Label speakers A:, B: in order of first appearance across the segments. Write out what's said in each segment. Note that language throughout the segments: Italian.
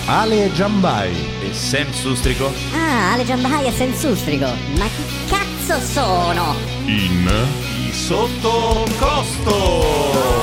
A: Ale e Giambai
B: e Sam Sustrico.
C: Ah, Ale Giambai e Sam Sustrico. Ma chi cazzo sono?
A: in
B: I Sottocosto.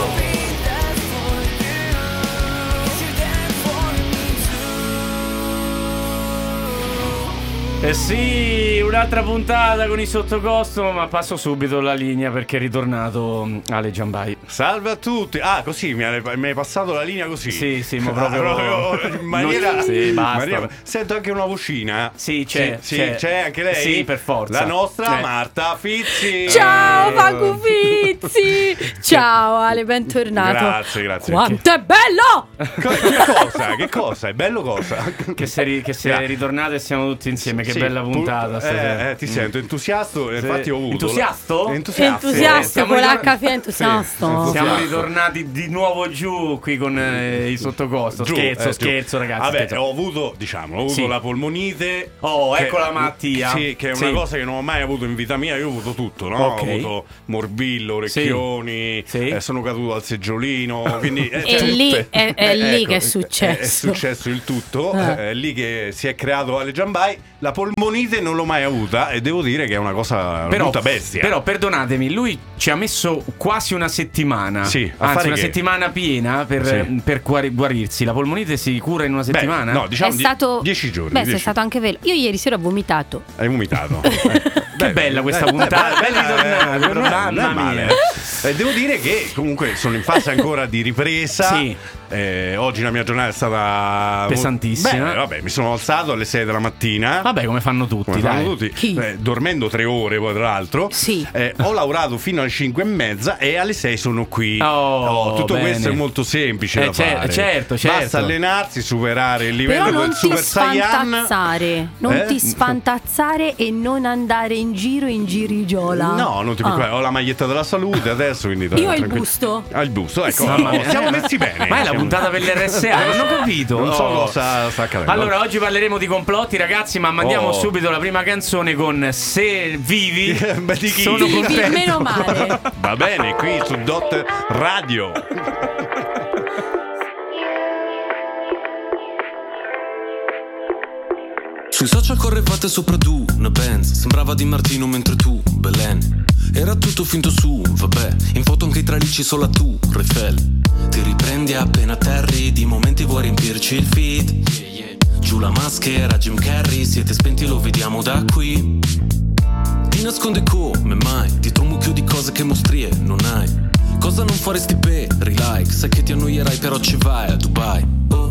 B: Eh sì, un'altra puntata con i Sottocosto, ma passo subito la linea perché è ritornato Ale Giambai.
A: Salve a tutti. Ah, così mi hai passato la linea così?
B: Sì, ma proprio
A: in maniera...
B: Sì, basta.
A: Sento anche una vocina.
B: Sì, c'è.
A: C'è anche lei?
B: Sì, per forza.
A: La nostra
B: C'è.
A: Marta Fizzi.
D: Ciao Paco Fizzi. Ciao Ale, bentornato.
A: Grazie.
D: Quanto è bello!
A: Che cosa? È bello cosa?
B: Che sei ritornato e siamo tutti insieme. Che
A: Sì,
B: bella puntata stasera.
A: Ti sento entusiasto. Infatti ho avuto
B: Entusiasto?
D: Entusiasta con l'HF, entusiasta.
B: Siamo ritornati di nuovo giù qui con i Sottocosto. Scherzo ragazzi.
A: Vabbè,
B: scherzo.
A: ho avuto la polmonite.
B: Ecco la malattia.
A: Sì, che è una cosa che non ho mai avuto in vita mia. Io ho avuto tutto, no?
B: Ok.
A: Ho avuto morbillo, orecchioni, sono caduto dal seggiolino. Quindi,
D: E lì è lì che è successo.
A: È successo il tutto. È lì che si è creato Ale Giambai. La polmonite non l'ho mai avuta e devo dire che è una cosa brutta bestia.
B: Però perdonatemi, lui ci ha messo quasi una settimana.
A: Sì,
B: anzi una settimana piena per guarirsi. La polmonite si cura in una settimana?
A: No, diciamo
D: È stato
A: 10 giorni.
D: Beh, è stato anche vero. Io ieri sera ho vomitato.
A: Hai vomitato.
B: Che bella questa puntata. Bella ritornata. Mamma mia.
A: Devo dire che comunque sono in fase ancora di ripresa.
B: Sì.
A: Oggi la mia giornata è stata
B: pesantissima.
A: Vabbè, mi sono alzato alle 6 della mattina.
B: Vabbè, come fanno tutti,
D: Chi?
A: Dormendo 3 ore poi tra l'altro.
D: Sì.
A: Ho lavorato fino alle 5:30 e alle 6 sono qui. Tutto
B: bene.
A: questo è molto semplice da fare.
B: Certo.
A: Basta allenarsi, superare il livello
D: Però non
A: del Super Saiyan.
D: Non ti sfantazzare e non andare in girigiola.
A: No, non ti preoccupare, ho la maglietta della salute adesso, quindi
D: Io ho il busto.
A: Ah, il busto, ecco.
D: Sì.
A: Mamma mia, siamo messi bene.
B: Ma è la puntata per l'RSA, non ho capito.
A: Non so cosa sta accadendo.
B: Allora, oggi parleremo di complotti, ragazzi, ma mandiamo subito la prima canzone con Se vivi.
A: Beh, di chi?
B: Sono contento.
D: Meno male.
A: Va bene, qui su Dot Radio.
E: Sui social correvate sopra tu, una Benz. Sembrava Di Martino mentre tu, Belen. Era tutto finto su, vabbè. In foto anche i tralicci solo tu, Refel. Ti riprendi appena atterri, di momenti vuoi riempirci il feed. Giù la maschera, Jim Carrey, siete spenti, lo vediamo da qui. Ti nasconde come mai, dietro un mucchio di cose che mostrie non hai. Cosa non faresti per like? Sai che ti annoierai però ci vai a Dubai.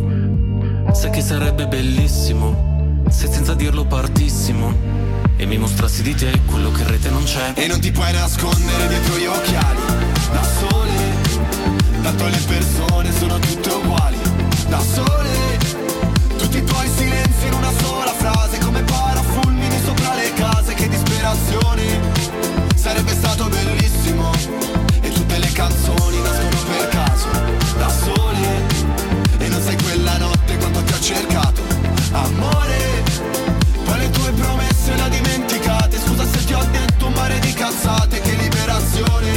E: Oh, sai che sarebbe bellissimo se senza dirlo partissimo e mi mostrassi di te quello che in rete non c'è.
F: E non ti puoi nascondere dietro gli occhiali, da sole, tanto le persone sono tutte uguali, da sole, tutti i tuoi silenzi in una sola frase, come parafulmini sopra le case, che disperazione, sarebbe stato bellissimo, e tutte le canzoni nascono per caso, da sole, e non sai quella notte quando ti ho cercato, amore. Poi le tue promesse le dimenticate. Scusa se ti ho detto un mare di cazzate. Che liberazione,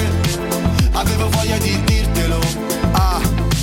F: avevo voglia di dirtelo. Ah,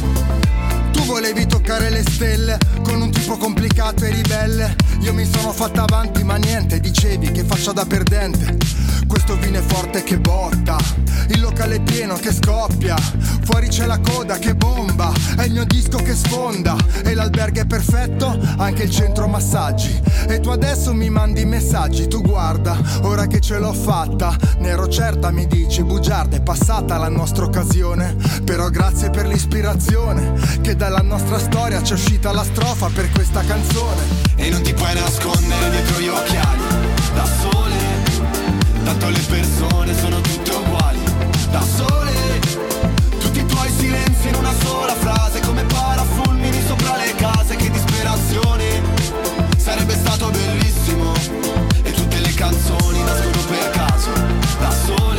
F: tu volevi toccare le stelle con un tipo complicato e ribelle. Io mi sono fatta avanti ma niente. Dicevi che faccia da perdente. Questo vino è forte che botta, il locale è pieno che scoppia, fuori c'è la coda che bomba, è il mio disco che sfonda, e l'albergo è perfetto, anche il centro massaggi, e tu adesso mi mandi messaggi, tu guarda, ora che ce l'ho fatta, ne ero certa mi dici, bugiarda, è passata la nostra occasione, però grazie per l'ispirazione, che dalla nostra storia c'è uscita la strofa per questa canzone. E non ti puoi nascondere dietro gli occhiali, da sole, tanto le persone sono tutte uguali, da sole, tutti i tuoi silenzi in una sola frase, come parafulmini sopra le case, che disperazione, sarebbe stato bellissimo, e tutte le canzoni nascono per caso, da sole,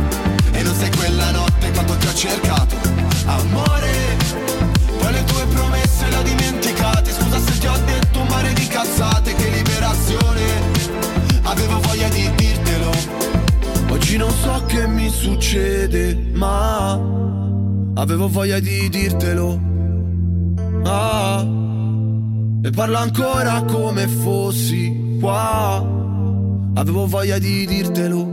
F: e non sei quella notte quando ti ho cercato, amore, poi le tue promesse le ho dimenticate, scusa se ti ho detto un mare di cazzate, che liberazione, avevo voglia di dirtelo. Oggi non so che mi succede, ma avevo voglia di dirtelo. e parlo ancora come fossi qua. Avevo voglia di dirtelo.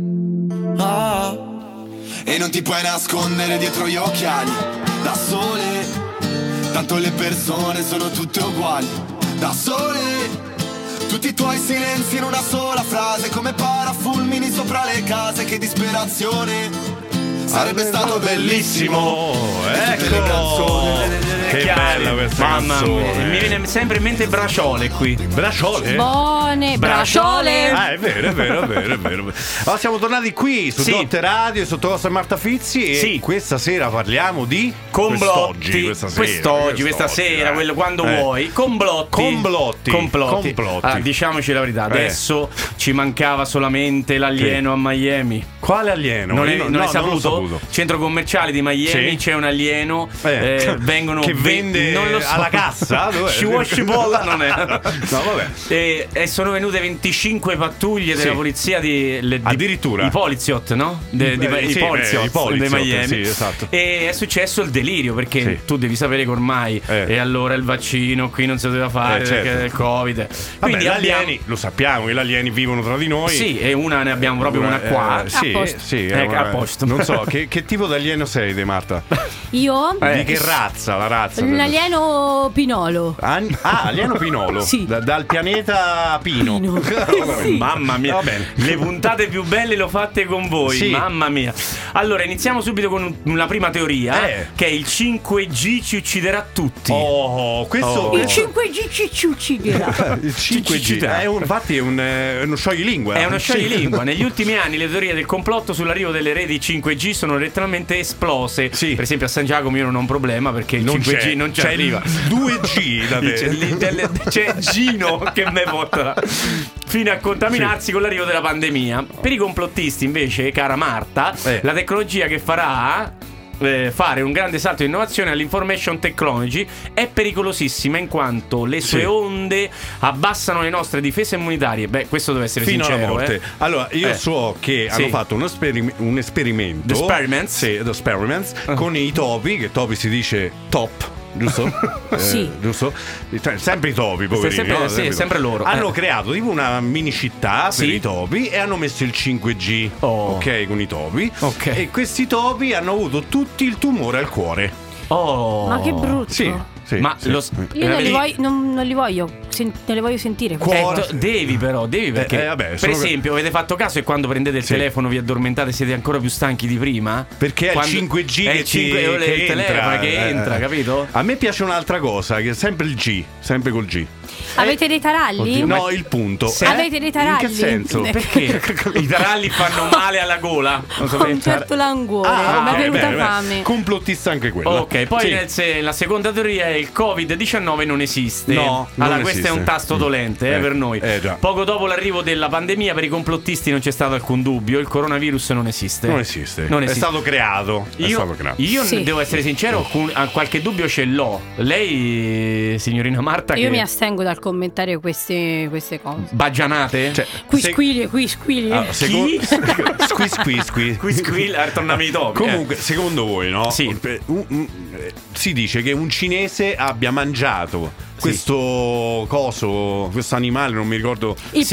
F: E non ti puoi nascondere dietro gli occhiali. Da sole, tanto le persone sono tutte uguali. Da sole, tutti i tuoi silenzi in una sola frase, come parafulmini sopra le case. Che disperazione. Sarebbe stato bellissimo.
A: Ecco. Che bella questa canzone.
B: Mi viene sempre in mente Braciole qui.
A: Braciole?
D: Buone, braciole.
A: È vero. Allora, siamo tornati qui su Dot Radio, sotto Costa e Marta Fizzi. E questa sera parliamo di
B: complotti.
A: Questa sera,
B: quello quando vuoi. Complotti. Diciamoci la verità, adesso ci mancava solamente l'alieno a Miami.
A: Quale alieno?
B: Non hai saputo?
A: Non l'ho saputo.
B: Centro commerciale di Miami, c'è un alieno. Vengono
A: che vende
B: non lo so.
A: alla cassa.
B: Scivola non è.
A: No, vabbè.
B: E sono venute 25 pattuglie della polizia
A: addirittura
B: i poliziot, no? I poliziot di Miami.
A: Sì, esatto.
B: E è successo il delirio, perché tu devi sapere che ormai e allora il vaccino qui non si doveva fare perché del Covid. Quindi
A: gli alieni, lo sappiamo che gli alieni vivono tra di noi.
B: Sì, e una ne abbiamo proprio una qua.
A: A posto. Non so, che tipo di alieno sei, De Marta?
D: Io?
A: Di che razza? La razza?
D: Un alieno pinolo.
A: Alieno pinolo?
D: Sì.
A: Dal pianeta Pino.
D: Sì.
B: Mamma mia.
A: Va bene.
B: Le puntate più belle le ho fatte con voi.
A: Sì.
B: Mamma mia. Allora, iniziamo subito con la prima teoria, che è il 5G ci ucciderà tutti.
A: Questo
D: Il 5G ci ucciderà.
A: Il 5G infatti è uno scioglilingua.
B: È uno scioglilingua. Negli ultimi anni le teorie del complotto sull'arrivo delle reti 5G sono letteralmente esplose.
A: Sì.
B: Per esempio a San Giacomo io non ho un problema, perché il 5G non ci arriva.
A: 2G da te.
B: C'è Gino che me porta fino a contaminarsi con l'arrivo della pandemia. Per i complottisti invece, cara Marta, la tecnologia che farà fare un grande salto di innovazione all'information technology è pericolosissima, in quanto le sue onde abbassano le nostre difese immunitarie. Questo deve essere
A: fino
B: sincero,
A: alla morte. Allora, io so che hanno fatto un esperimento.
B: The
A: Experiments con i topi, che topi si dice top. Giusto?
D: Sì.
A: Giusto? Cioè, sempre i topi, poverini.
B: Sempre loro.
A: Hanno creato tipo una mini città per i topi e hanno messo il 5G. Ok, con i topi. E questi topi hanno avuto tutti il tumore al cuore.
D: Ma che brutto.
A: Sì.
B: Ma
D: io non li voglio sentire.
B: Devi perché per esempio avete fatto caso che quando prendete il telefono vi addormentate, siete ancora più stanchi di prima?
A: Perché è il 5G che
B: entra, capito?
A: A me piace un'altra cosa, che è sempre il G, sempre col G.
D: Avete dei taralli?
A: No, il punto.
D: Avete dei taralli?
A: In che senso?
B: Perché? I taralli fanno male alla gola.
D: Un certo languore, mi è venuta fame.
A: Complottista anche quello.
B: Ok, poi la seconda teoria è il Covid-19 non esiste.
A: No,
B: allora questo è un tasto dolente per noi. Poco dopo l'arrivo della pandemia, per i complottisti non c'è stato alcun dubbio, il coronavirus non esiste.
A: Non esiste. È stato creato.
B: Io devo essere sincero, qualche dubbio ce l'ho. Lei, signorina Marta,
D: io mi astengo dal commentare queste cose.
B: Baggianate?
D: Qui squilli.
B: Squilli, tornami i topi.
A: Comunque, secondo voi, no?
B: Sì.
A: Si dice che un cinese abbia mangiato questo coso, questo animale, non mi ricordo.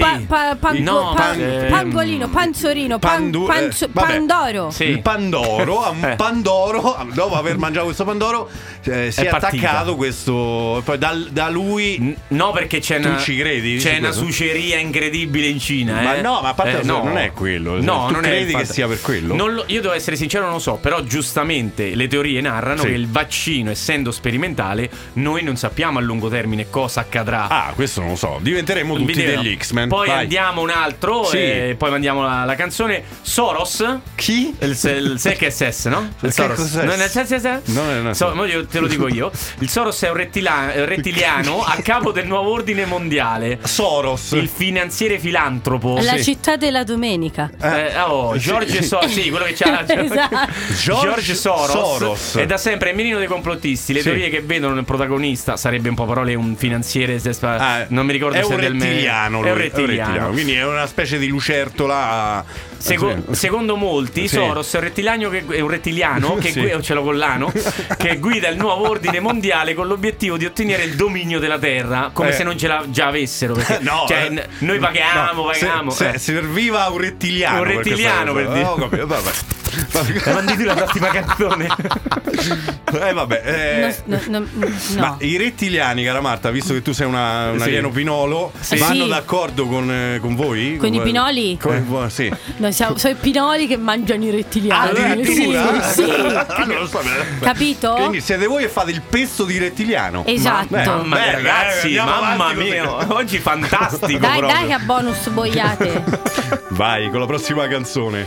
D: Pangolino, panzorino, pandoro.
A: Il pandoro, un pandoro, dopo aver mangiato questo pandoro, si è attaccato questo. Poi da lui.
B: No, perché tu
A: ci credi?
B: C'è una suceria incredibile in Cina.
A: Ma no, ma a parte non è quello.
B: No,
A: tu
B: non
A: credi
B: è
A: che sia per quello?
B: Io devo essere sincero, non lo so. Però giustamente le teorie narrano che il vaccino, essendo sperimentale, noi non sappiamo a lungo termine cosa accadrà.
A: Questo non lo so. Diventeremo tutti degli X-Men.
B: Poi andiamo un altro e poi mandiamo la canzone. Soros.
A: Chi?
B: Il SECSS, no? Il Soros. No, io te lo dico io. Il Soros è un rettiliano a capo del nuovo ordine mondiale.
A: Soros,
B: il finanziere filantropo.
D: La città della domenica.
B: George Soros. Sì, quello che c'ha.
D: Esatto.
B: George Soros è da sempre femminino dei complottisti, le teorie che vedono nel protagonista, sarebbe un po' parole un finanziere, non mi ricordo se è del
A: rettiliano, è un rettiliano, quindi è una specie di lucertola.
B: Secondo molti Soros è un rettiliano che ce l'ho con l'ano, che guida il nuovo ordine mondiale con l'obiettivo di ottenere il dominio della terra, come se non ce la già avessero, perché noi paghiamo.
A: Serviva un rettiliano
B: per dire.
A: Vabbè.
B: Mandi tu la prossima canzone.
D: No.
A: Ma i rettiliani, cara Marta, visto che tu sei un alieno pinolo, vanno d'accordo con voi?
D: Con i pinoli?
A: Sì.
D: No, sono i pinoli che mangiano i rettiliani.
A: Addirittura?
D: Sì.
A: Non lo so.
D: Capito?
A: Quindi siete voi e fate il pesto di rettiliano.
D: Esatto.
B: Mamma mia, ragazzi, mamma mia, oggi fantastico.
D: Dai che a bonus boiate.
A: Vai con la prossima canzone.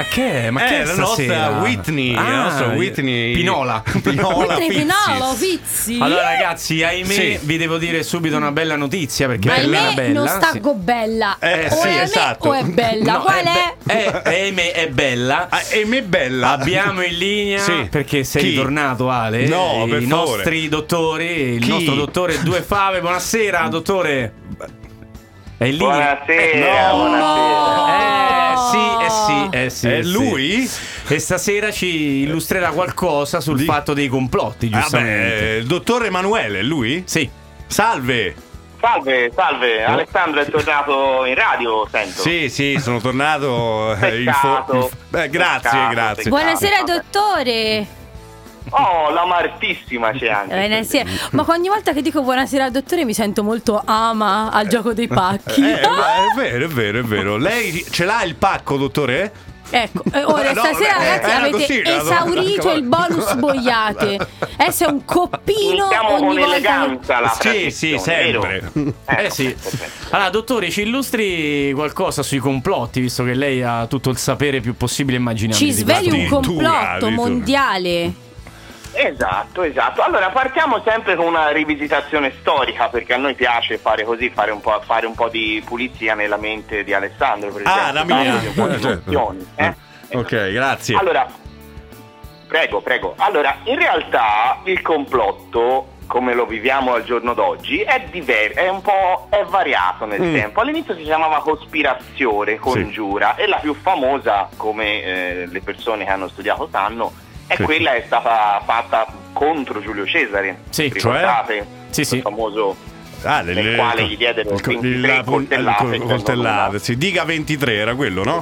B: che è? Ma che è
A: la nostra
B: stasera?
A: Whitney, la nostra Whitney
B: Pinola.
D: Whitney
A: Fizzi.
D: Pinolo, Fizzi.
B: Allora ragazzi, ahimè,
A: Sì.
B: vi devo dire subito una bella notizia, perché
D: Ahimè,
B: bella,
D: non sta
B: sì.
D: bella.
A: sì,
D: o è
A: esatto.
D: o è bella?
B: No,
D: Qual è?
B: ahimè, è bella.
A: E me bella.
B: Abbiamo in linea,
A: Sì.
B: perché sei
A: Chi?
B: ritornato, Ale.
A: No, per
B: I
A: favore.
B: nostri dottori, il
A: Chi?
B: nostro dottore Due Fave. Buonasera, dottore. È in linea.
G: Buonasera, buonasera.
B: Sì.
A: È lui?
B: E stasera ci illustrerà qualcosa sul fatto dei complotti, giustamente.
A: Il dottore Emanuele, è lui?
B: Sì.
A: Salve.
G: Salve, Alessandro è tornato in radio, sento.
A: Sì, sono tornato.
G: Peccato.
A: Grazie.
D: Buonasera, dottore.
G: Oh, l'amartissima c'è anche.
D: Buonasera. Ma ogni volta che dico buonasera, dottore, mi sento molto ama al gioco dei pacchi.
A: È vero. Lei ce l'ha il pacco, dottore?
D: Ecco, ora
A: No,
D: stasera ragazzi
A: era
D: avete
A: così,
D: esaurito il bonus boiate. Adesso è un coppino
G: Iniziamo
D: ogni
G: con
D: volta.
G: eleganza la
A: Sì,
G: trasmissione,
A: sempre.
G: vero?
B: Sì.
G: Perfetto.
B: Allora, dottore, ci illustri qualcosa sui complotti, visto che lei ha tutto il sapere più possibile e immaginabile.
D: Ci sveli un
A: Addirittura,
D: complotto mondiale.
G: Esatto. Allora partiamo sempre con una rivisitazione storica, perché a noi piace fare così, fare un po' di pulizia nella mente di Alessandro, per esempio.
A: la mia.
G: Un po' di nozioni,
A: Ok, grazie.
G: Allora, prego. Allora, in realtà il complotto, come lo viviamo al giorno d'oggi, è variato nel tempo. All'inizio si chiamava cospirazione, congiura, e la più famosa, come le persone che hanno studiato sanno, è quella che è stata fatta contro Giulio Cesare.
B: Sì,
G: ricordate?
B: Sì.
G: Il famoso nel quale gli diedero 23
A: coltellate. Sì, diga 23, era quello, no?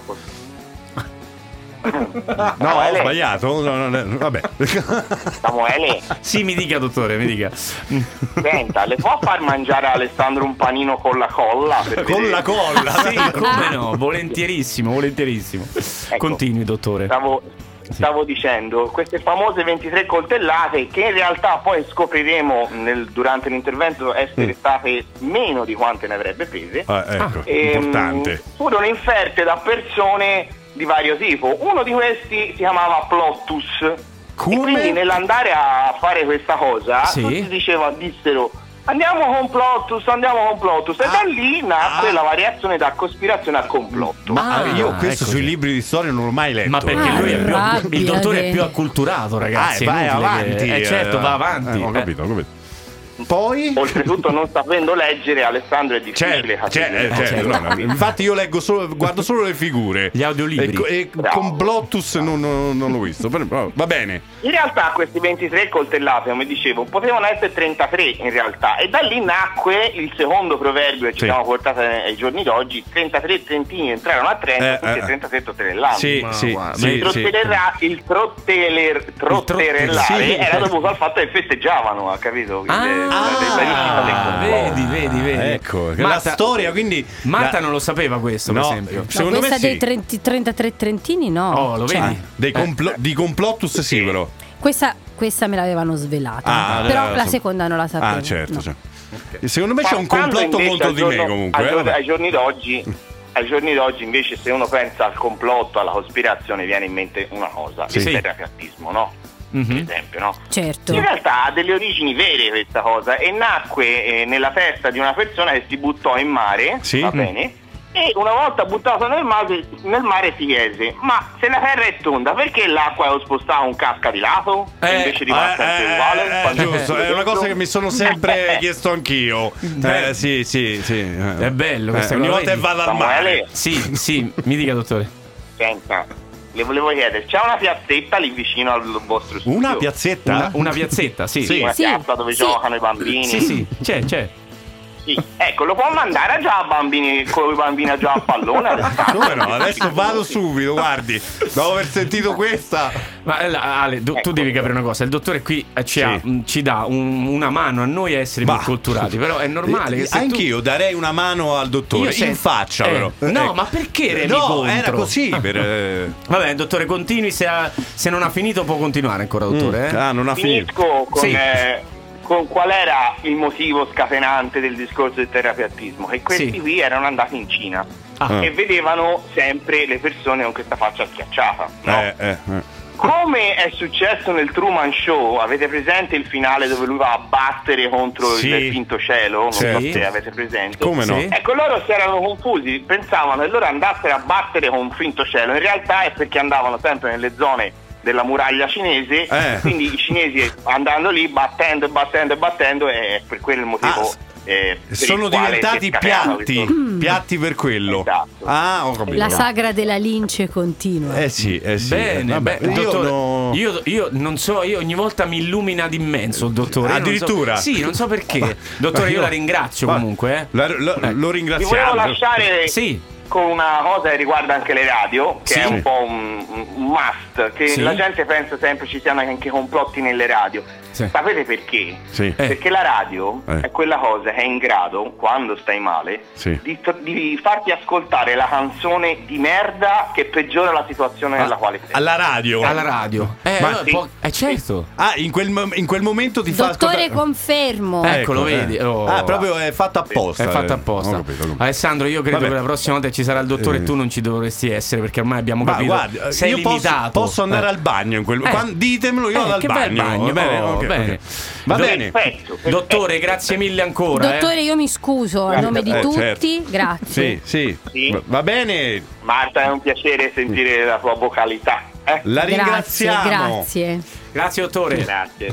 A: No, ho sbagliato. No, vabbè.
G: Samuele,
B: Sì, mi dica, dottore, mi dica.
G: senta, le può far mangiare a Alessandro un panino con la colla?
A: Con la colla.
B: Sì, come no, volentierissimo.
G: Ecco.
B: Continui, dottore.
G: Stavo dicendo, queste famose 23 coltellate, che in realtà poi scopriremo durante l'intervento essere state meno di quante ne avrebbe prese,
A: Ecco, importante.
G: furono inferte da persone di vario tipo. Uno di questi si chiamava Plottus.
A: Come?
G: E quindi nell'andare a fare questa cosa,
B: Sì.
G: tutti dissero andiamo con Plottus, e da lì nacque la variazione da cospirazione a complotto.
A: Ma io questo
B: ecco
A: sui
B: sì.
A: libri di storia non l'ho mai letto.
B: Ma perché lui è
D: Arrabbiate.
B: il dottore è più acculturato, ragazzi. è
A: vai
B: inutile
A: avanti.
B: che- certo, va avanti.
A: Ho capito. Poi?
G: Oltretutto, non sapendo leggere, Alessandro, è difficile capire.
A: Certo. No. Infatti io guardo solo le figure.
B: Gli audiolibri.
A: E
G: Bravo.
A: con Blottus non l'ho visto. Però, va bene.
G: In realtà questi 23 coltellate, come dicevo, potevano essere 33 in realtà, e da lì nacque il secondo proverbio che ci siamo portati ai giorni d'oggi: 33 trentini entrarono a Trento, tutti e 33 trottelellati. Il trotterellare era dovuto al fatto che festeggiavano, ha capito?
B: Vedi.
A: Ecco, la storia, quindi
B: Marta non lo sapeva questo, per esempio.
A: Secondo
D: questa
A: me sì.
D: dei 33 trentini no.
B: Oh, lo vedi?
A: Di complottus sì, però.
D: Questa me l'avevano svelata. Però la seconda non la sapevo.
A: Certo.
D: No.
A: Secondo me c'è un complotto contro di me comunque.
G: Ai giorni d'oggi invece, se uno pensa al complotto, alla cospirazione, viene in mente una cosa: il terrapiattismo, no? Per esempio, no?
D: Certo.
G: In realtà ha delle origini vere questa cosa, e nacque nella testa di una persona che si buttò in mare, va bene? E una volta buttato nel mare si chiese: ma se la terra è tonda, perché l'acqua lo spostava un casca di lato invece di sempre uguale?
A: Giusto, è una cosa che mi sono sempre chiesto anch'io. Sì.
B: È bello questa
A: ogni
B: cosa.
A: volta che vado al mare.
B: Sì, mi dica, dottore.
G: Senta, le volevo chiedere, c'è una piazzetta lì vicino al vostro studio?
A: Una piazzetta?
B: Una piazzetta, sì.
G: Una piazza dove giocano i bambini?
B: Sì, c'è.
G: Sì. Ecco, lo può mandare a già a bambini, con i bambini a già a pallone?
A: Come no? Adesso vado subito, guardi. Dopo aver sentito questa.
B: Ma Ale, tu devi capire una cosa: il dottore qui ci dà una mano a noi a essere più culturati. Però è normale che se
A: anch'io darei una mano al dottore in faccia, però.
B: No, ma perché eri contro?
A: Era così.
B: Vabbè, dottore, continui. Se non ha finito, può continuare ancora, dottore.
A: Non ha finito.
G: Finisco con qual era il motivo scatenante del discorso del terrapiattismo, che questi qui erano andati in Cina. e vedevano sempre le persone con questa faccia schiacciata, no? Come è successo nel Truman Show, avete presente il finale dove lui va a battere contro il finto cielo? Non so se avete presente.
A: Come no?
G: Ecco, loro si erano confusi, pensavano che loro andassero a battere con un finto cielo, in realtà è perché andavano sempre nelle zone della muraglia cinese, quindi i cinesi andando lì battendo e per quello il motivo
A: sono diventati piatti per quello.
G: Esatto.
A: Ho capito.
D: La sagra della lince continua.
A: Sì.
B: Bene,
A: vabbè,
B: dottore, io non so, io ogni volta mi illumina d'immenso il dottore.
A: Addirittura?
B: Sì, non so perché. Dottore, io la ringrazio comunque.
A: Lo ringraziamo.
G: Vi volevo lasciare con una cosa che riguarda anche le radio, che è un po' un must, che la gente pensa sempre ci siano anche complotti nelle radio. Sapete perché? Perché la radio è quella cosa che è in grado, quando stai male, di farti ascoltare la canzone di merda che peggiora la situazione nella quale sei.
A: Alla radio?
B: Alla radio. Certo.
A: In quel momento ti fa
D: Dottore,
A: ascoltare.
D: confermo.
B: Ecco, lo vedi.
A: Proprio è fatto apposta.
B: È fatto apposta.
A: Ho capito.
B: Alessandro, io credo che la prossima volta ci sarà il dottore e tu non ci dovresti essere, perché ormai abbiamo capito.
A: Guarda,
B: sei
A: io
B: limitato.
A: posso andare al bagno ditemelo, io vado al bagno.
B: Bene.
A: Va bene.
G: Perfetto.
B: Dottore, grazie mille ancora.
D: Dottore, io mi scuso a nome di tutti. Grazie.
A: Sì. Va bene.
G: Marta, è un piacere sentire la tua vocalità.
A: La ringraziamo.
D: Grazie.
B: Grazie, dottore.
G: Grazie.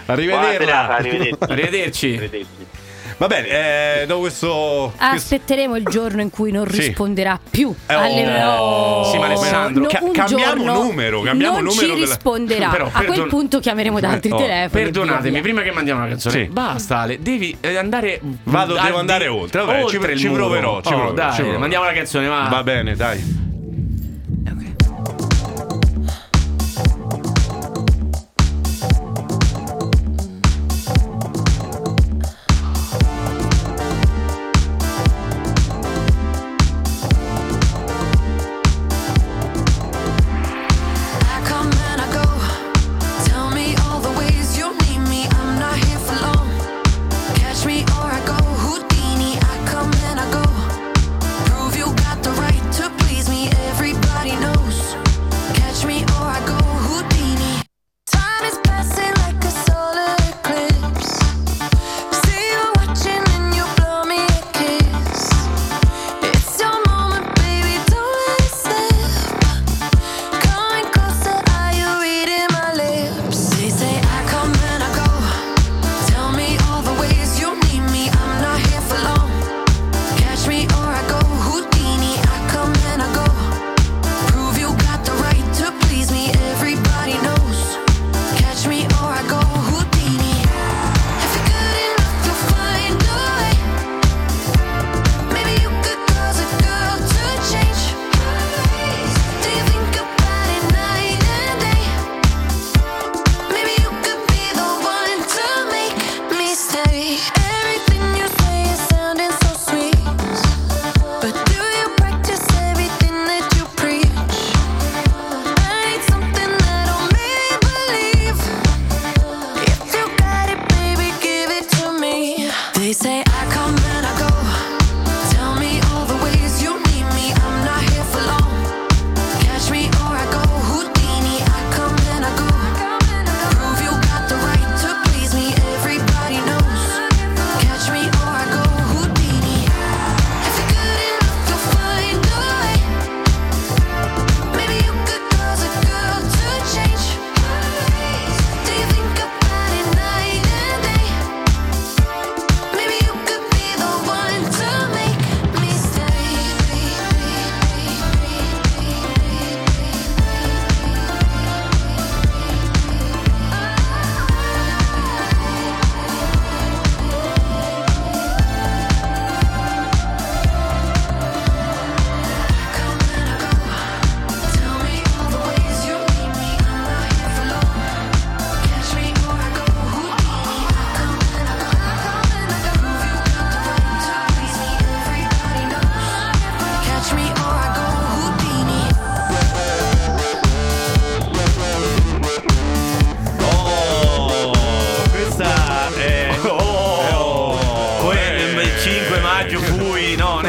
B: Arrivederci.
A: Va bene, dopo questo
D: aspetteremo il giorno in cui non risponderà più alle
B: Sì, ma Alessandro,
A: cambiamo numero,
D: non ci risponderà.
B: Però,
D: a quel punto chiameremo da altri telefoni.
B: Perdonatemi, prima che mandiamo una canzone, basta Ale, devi andare.
A: Devo andare oltre. Vabbè,
B: oltre
A: ci proverò.
B: Dai, mandiamo la canzone, va.
A: Va bene, dai.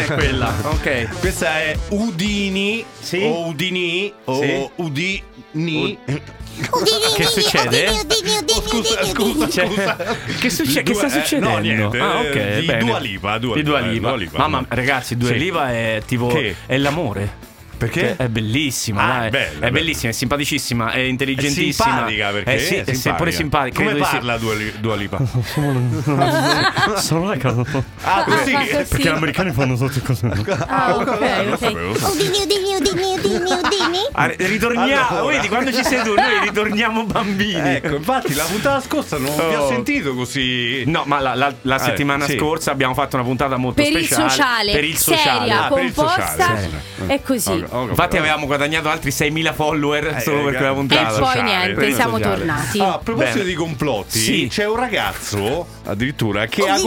B: quella. Ok.
A: Questa è Udini.
B: Sì.
A: O Udini. O Udini.
B: Che succede?
A: Scusa.
B: Che sta succedendo?
A: No, niente.
B: Ok,
A: Di
B: bene.
A: Dua Lipa.
B: Mamma, ragazzi, Dua Lipa è tipo
A: Che?
B: è l'amore.
A: Perché?
B: È bellissima,
A: è
B: dai.
A: bella,
B: È bellissima, è simpaticissima, è intelligentissima.
A: È simpatica perché
B: sì, è pure simpatica.
A: Come
B: Credo
A: parla Dua Lipa?
B: Sono la cosa.
A: Ah, così?
B: Perché gli americani fanno tutte cose.
C: Ok. Udini.
B: Ritorniamo,
A: Allora.
B: vedi, quando ci sei tu, noi ritorniamo bambini.
A: Ecco, infatti la puntata scorsa non vi ho sentito così.
B: No, ma la settimana
A: sì.
B: scorsa abbiamo fatto una puntata molto
D: Per il
B: speciale.
D: sociale,
B: Per il sociale.
D: seria,
A: per il
D: composta.
A: sociale,
D: È così.
B: Infatti avevamo guadagnato altri 6.000 follower solo per quella
D: E
B: puntata.
D: poi
A: sociale,
D: niente,
A: per il
D: siamo
B: sociale.
D: tornati.
A: Ah, a proposito
B: Bene.
A: di complotti,
B: Sì.
A: c'è un ragazzo addirittura che ha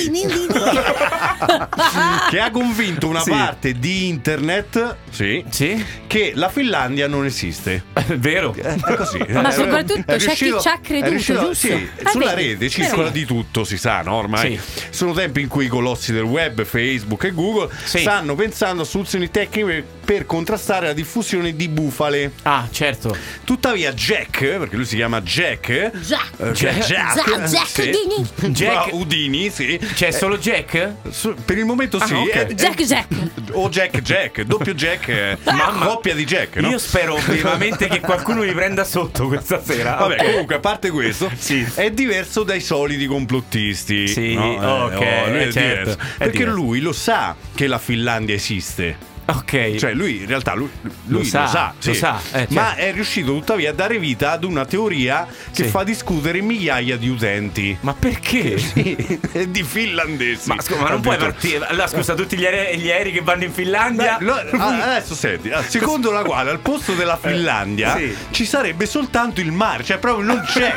A: convinto una
B: Sì.
A: parte di internet
B: Sì?
A: che la Finlandia non esiste.
B: È vero.
A: È così.
D: Ma soprattutto c'è chi ci ha creduto, giusto?
A: Sì,
D: Ah,
A: sulla
D: vedi,
A: rete circola
D: vero.
A: di tutto, si sa, no? Ormai sono tempi in cui i colossi del web, Facebook e Google,
B: Sì.
A: stanno pensando a soluzioni tecniche per contrastare la diffusione di bufale.
B: Ah, certo.
A: Tuttavia Jack, perché lui si chiama Jack,
C: Jack Udini.
B: Jack-
A: Udini, sì.
B: C'è solo Jack?
A: Per il momento sì.
B: ok.
C: Jack.
A: O Jack, doppio Jack, coppia di Jack, no?
B: Io spero vivamente che qualcuno mi prenda sotto questa sera.
A: Vabbè,
B: Ok.
A: comunque, a parte questo,
B: Sì.
A: è diverso dai soliti complottisti.
B: Sì,
A: no?
B: ok,
A: lui è
B: certo,
A: diverso.
B: è
A: Perché
B: diverso.
A: lui lo sa che la Finlandia esiste.
B: Ok.
A: Cioè, lui in realtà lui
B: Lo sa,
A: sì.
B: lo sa, certo.
A: Ma è riuscito tuttavia a dare vita ad una teoria che
B: Sì.
A: fa discutere migliaia di utenti.
B: Ma perché?
A: È di finlandesi.
B: Ma scusa, ma non puoi
A: Addirittura.
B: partire. Allora, scusa, tutti gli aerei che vanno in Finlandia.
A: Adesso senti, secondo la quale al posto della Finlandia
B: sì.
A: ci sarebbe soltanto il mare, cioè proprio non c'è.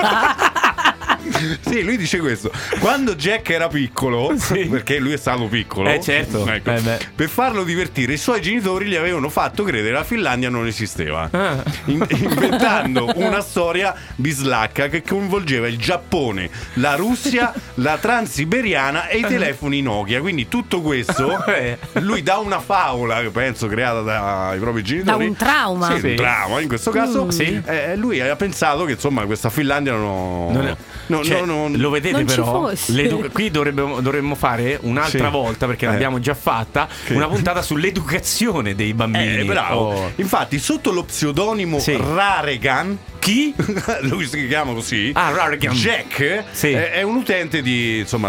A: Sì, lui dice questo. Quando Jack era piccolo,
B: Sì.
A: perché lui è stato piccolo,
B: Certo.
A: ecco,
B: Beh.
A: per farlo divertire, i suoi genitori gli avevano fatto credere che la Finlandia non esisteva,
B: Ah.
A: inventando una storia bislacca che coinvolgeva il Giappone, la Russia, la Transiberiana e i telefoni Nokia. Quindi tutto questo lui dà una favola, che penso creata dai propri genitori,
D: Da un trauma.
A: Sì,
B: Sì.
A: un trauma in questo caso.
B: Sì.
A: Lui ha pensato che insomma questa Finlandia
B: Lo vedete
D: Non ci
B: però?
D: fosse.
B: Qui dovremmo fare un'altra
A: Sì.
B: volta, perché l'abbiamo già fatta, una puntata sull'educazione dei bambini.
A: bravo.
B: Oh.
A: Infatti, sotto lo pseudonimo
B: Sì.
A: Raregan,
B: Chi?
A: lui si chiama così.
B: Ah, Raregan.
A: Jack
B: Sì.
A: è un utente di
B: Sì.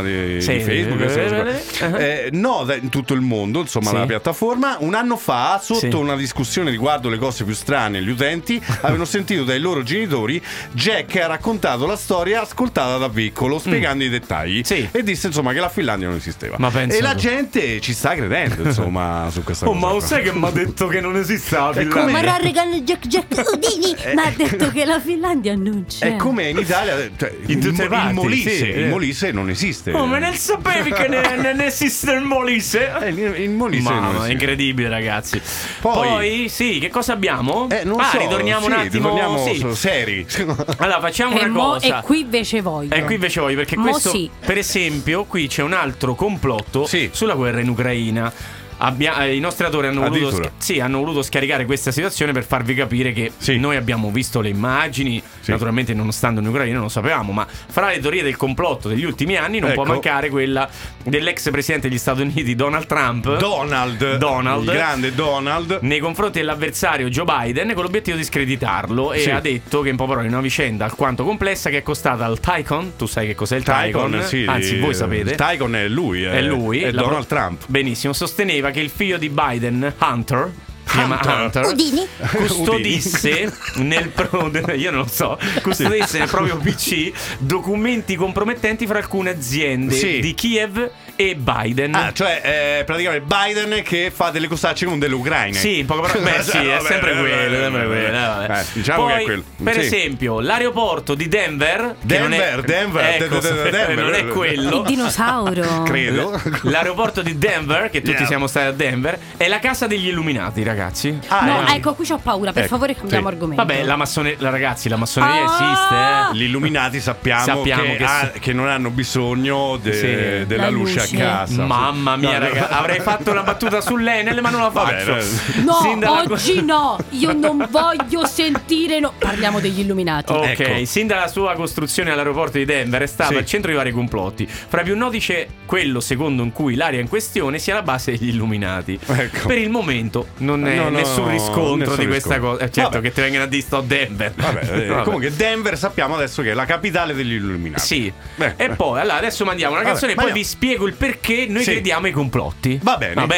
A: Facebook, nota in tutto il mondo, insomma,
B: Sì.
A: la piattaforma. Un anno fa, sotto
B: Sì.
A: una discussione riguardo le cose più strane, gli utenti avevano sentito dai loro genitori Jack ha raccontato la storia ascoltata da piccolo, spiegando i dettagli.
B: Sì.
A: E disse insomma che la Finlandia non esisteva.
B: Ma pensa
A: e la
B: tu.
A: gente ci sta credendo, insomma, su questa cosa.
B: Ma lo
A: qua.
B: sai che mi ha detto che non esiste la Finlandia?
C: Ma Raregan Jack Udini.
D: Ma ha detto che la Finlandia non c'è.
A: È come in Italia, cioè,
B: In tutte le parti,
A: il Molise,
B: sì.
A: il Molise non esiste.
B: Oh, ma ne sapevi che non esiste il Molise?
A: Il Molise non
B: Mamma,
A: esiste.
B: incredibile, ragazzi.
A: Poi-
B: Poi sì, che cosa abbiamo?
A: Non so,
B: ritorniamo un
A: sì,
B: attimo.
A: ritorniamo
B: Sì.
A: seri.
B: Allora, facciamo
D: E,
B: una cosa.
D: e qui invece voglio.
B: E qui invece voglio, perché
D: Mo
B: questo,
D: sì.
B: per esempio, qui c'è un altro complotto
A: Sì.
B: sulla guerra in Ucraina. I nostri autori hanno voluto,
A: Addirittura.
B: hanno voluto scaricare questa situazione per farvi capire che
A: Sì.
B: noi abbiamo visto le immagini,
A: Sì.
B: naturalmente non stando in Ucraina non lo sapevamo, ma fra le teorie del complotto degli ultimi anni non può
A: Ecco.
B: mancare quella dell'ex presidente degli Stati Uniti Donald Trump,
A: Donald, il grande Donald.
B: nei confronti dell'avversario Joe Biden, con l'obiettivo di screditarlo. E
A: Sì.
B: ha detto che in poche parole è una vicenda alquanto complessa che è costata al Tycoon. Tu sai che cos'è il Tycoon?
A: Sì,
B: Anzi, voi sapete.
A: Il Tycoon è lui,
B: È lui,
A: è
B: la
A: Donald Trump.
B: Benissimo, sosteneva che il figlio di Biden, Hunter, si chiama Hunter,
C: Udini.
B: custodisse io non lo so, custodisse nel proprio PC documenti compromettenti fra alcune aziende
A: Sì.
B: di Kiev e Biden.
A: Ah, cioè praticamente Biden che fa delle costacce con delle ucraine.
B: Sì, in poche parole, beh, sì, è
A: Vabbè,
B: sempre
A: vabbè,
B: quello,
A: vabbè,
B: sempre
A: vabbè.
B: quello, vabbè.
A: Diciamo
B: Poi,
A: che è quello.
B: per
A: Sì.
B: esempio, l'aeroporto di Denver, che non è,
A: Denver,
B: ecco,
A: Denver.
B: non è quello.
D: Il dinosauro.
A: Credo.
B: L'aeroporto di Denver, che tutti
A: Yeah.
B: siamo stati a Denver, è la casa degli illuminati, ragazzi. ragazzi?
D: No, ecco, qui c'ho paura, per favore cambiamo argomento.
B: Vabbè, la massoneria esiste,
A: Gli illuminati sappiamo che non hanno bisogno della luce a casa.
B: Mamma mia, raga, avrei fatto una battuta sull'Enel, ma non la faccio.
D: Oggi no, io non voglio sentire. Parliamo degli illuminati.
B: Ok,
A: Ecco.
B: sin dalla sua costruzione all'aeroporto di Denver è stato al centro di vari complotti. Fra i più noti c'è quello secondo in cui l'area in questione sia la base degli illuminati.
A: Ecco.
B: Per il momento non è nessun riscontro di questa cosa. Certo, che ti vengono a dire sto a Denver.
A: Vabbè. Comunque Denver sappiamo adesso che è la capitale degli illuminati.
B: Sì. E poi allora adesso mandiamo una canzone e poi vi spiego il perché noi crediamo ai complotti.
A: Va bene.
D: Va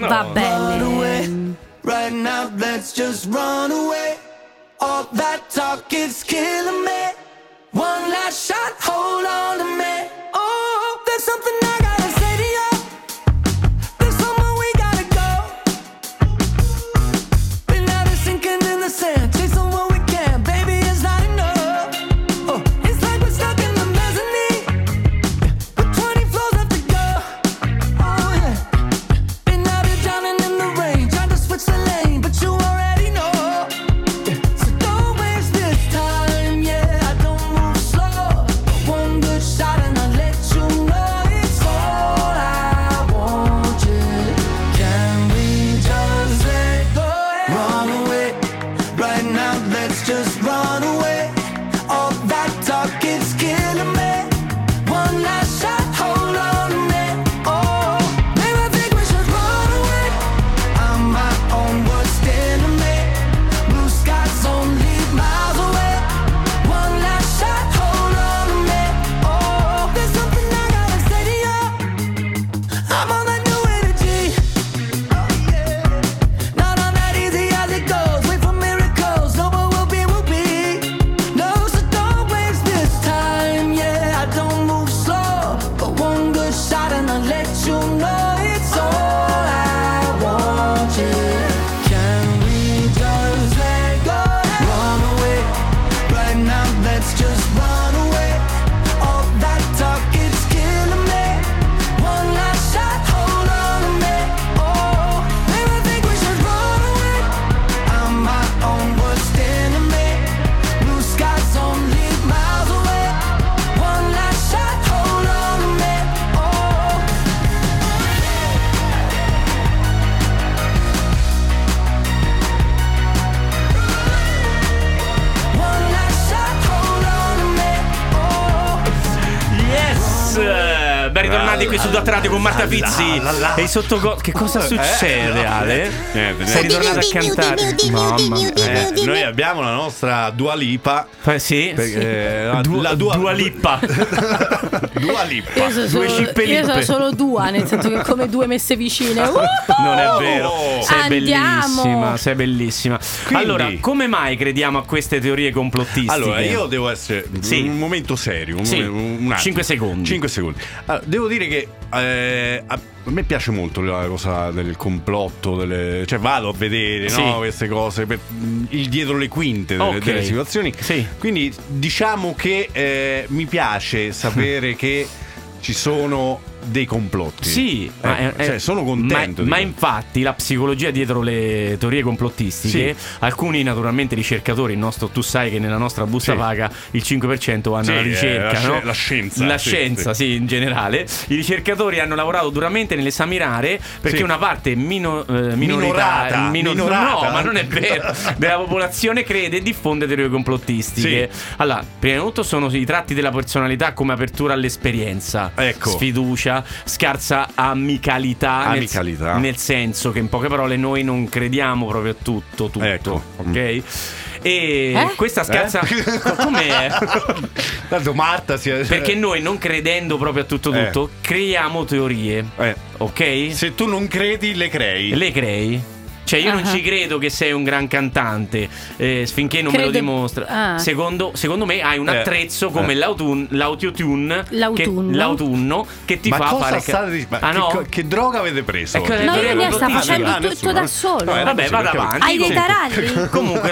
D: bene.
F: Right now, let's just run away. All that talk is killing me. One last shot, hold on to me. Oh, there's something I gotta say to you. There's somewhere we gotta go. Been out of sinking in the sand, chasing what we can. Baby, it's not enough. Oh, it's like we're stuck in the mezzanine with 20 floors left to go. Oh yeah. Been out of drowning in the rain, trying to switch the lane, but you already know. So don't waste this time, yeah. I don't move slow. One good shot and I'll let you know it's all I want. You can we just let go? Run away right now. Let's just run away. All that talk is killing me. One last shot, hold on to me. Oh, maybe I think we should run away. I'm my own worst enemy. Blue skies only miles away. One last shot, hold on to me. Oh, there's something I gotta say to you. I'm on that new energy. Oh yeah. Not on that easy as it goes. Wait for miracles. No, but we'll be. No, so don't waste this time. Yeah, I don't move slow, but one good shot and I'll let you know it's all I want. Yeah. Can we just let go? Run away right now. Let's just run away. All that talk is killing me. One last shot, hold on to me. Oh, maybe I think we should run away. I'm my own worst enemy. Blue skies only miles away. One last shot, hold on to me. Oh. One last shot, hold on to me. Oh.
B: Yes! Ben ritornati qui su Dot Radio con Marta Pizzi. E i che cosa succede, Ale? Sei ritornato a cantare. Mamma mia.
A: Noi abbiamo la nostra Dua Lipa.
B: Sì.
A: La
B: Dua Lipa.
A: Dua Lipa.
D: Io sono solo due, nel senso che come due messe vicine.
B: Non è vero. Sei
D: Andiamo.
B: bellissima. Sei bellissima.
A: Quindi-
B: Allora, come mai crediamo a queste teorie complottistiche?
A: Allora, io devo essere un momento serio. Un attimo.
B: 5 secondi.
A: 5 secondi. Allora, devo dire che a me piace molto la cosa del complotto, cioè vado a vedere queste cose, il dietro le quinte delle situazioni.
B: Sì.
A: Quindi diciamo che mi piace sapere che ci sono dei complotti.
B: Sì,
A: cioè, sono contento.
B: Ma infatti la psicologia dietro le teorie complottistiche, alcuni naturalmente ricercatori, tu sai che nella nostra busta paga il 5% vanno alla ricerca, no?
A: La scienza.
B: La scienza, in generale. I ricercatori hanno lavorato duramente nell'esaminare perché una parte minorata. No, ma non è vero. Della popolazione crede e diffonde teorie complottistiche. Allora, prima di tutto sono i tratti della personalità come apertura all'esperienza, sfiducia, scarsa amicalità. Nel senso che in poche parole noi non crediamo proprio a tutto.
A: Ecco.
B: Ok? E questa scarsa com'è?
A: Tanto Marta
B: perché noi non credendo proprio a tutto creiamo teorie. Ok?
A: Se tu non credi, le crei.
B: Cioè io non ci credo che sei un gran cantante finché non me lo dimostra. Secondo me hai un attrezzo come l'autotune l'autunno che ti fa fare.
A: Che droga avete preso?
D: No, io ne sta facendo tutto da solo.
B: Vabbè, vado avanti.
D: Hai dei taralli?
B: Comunque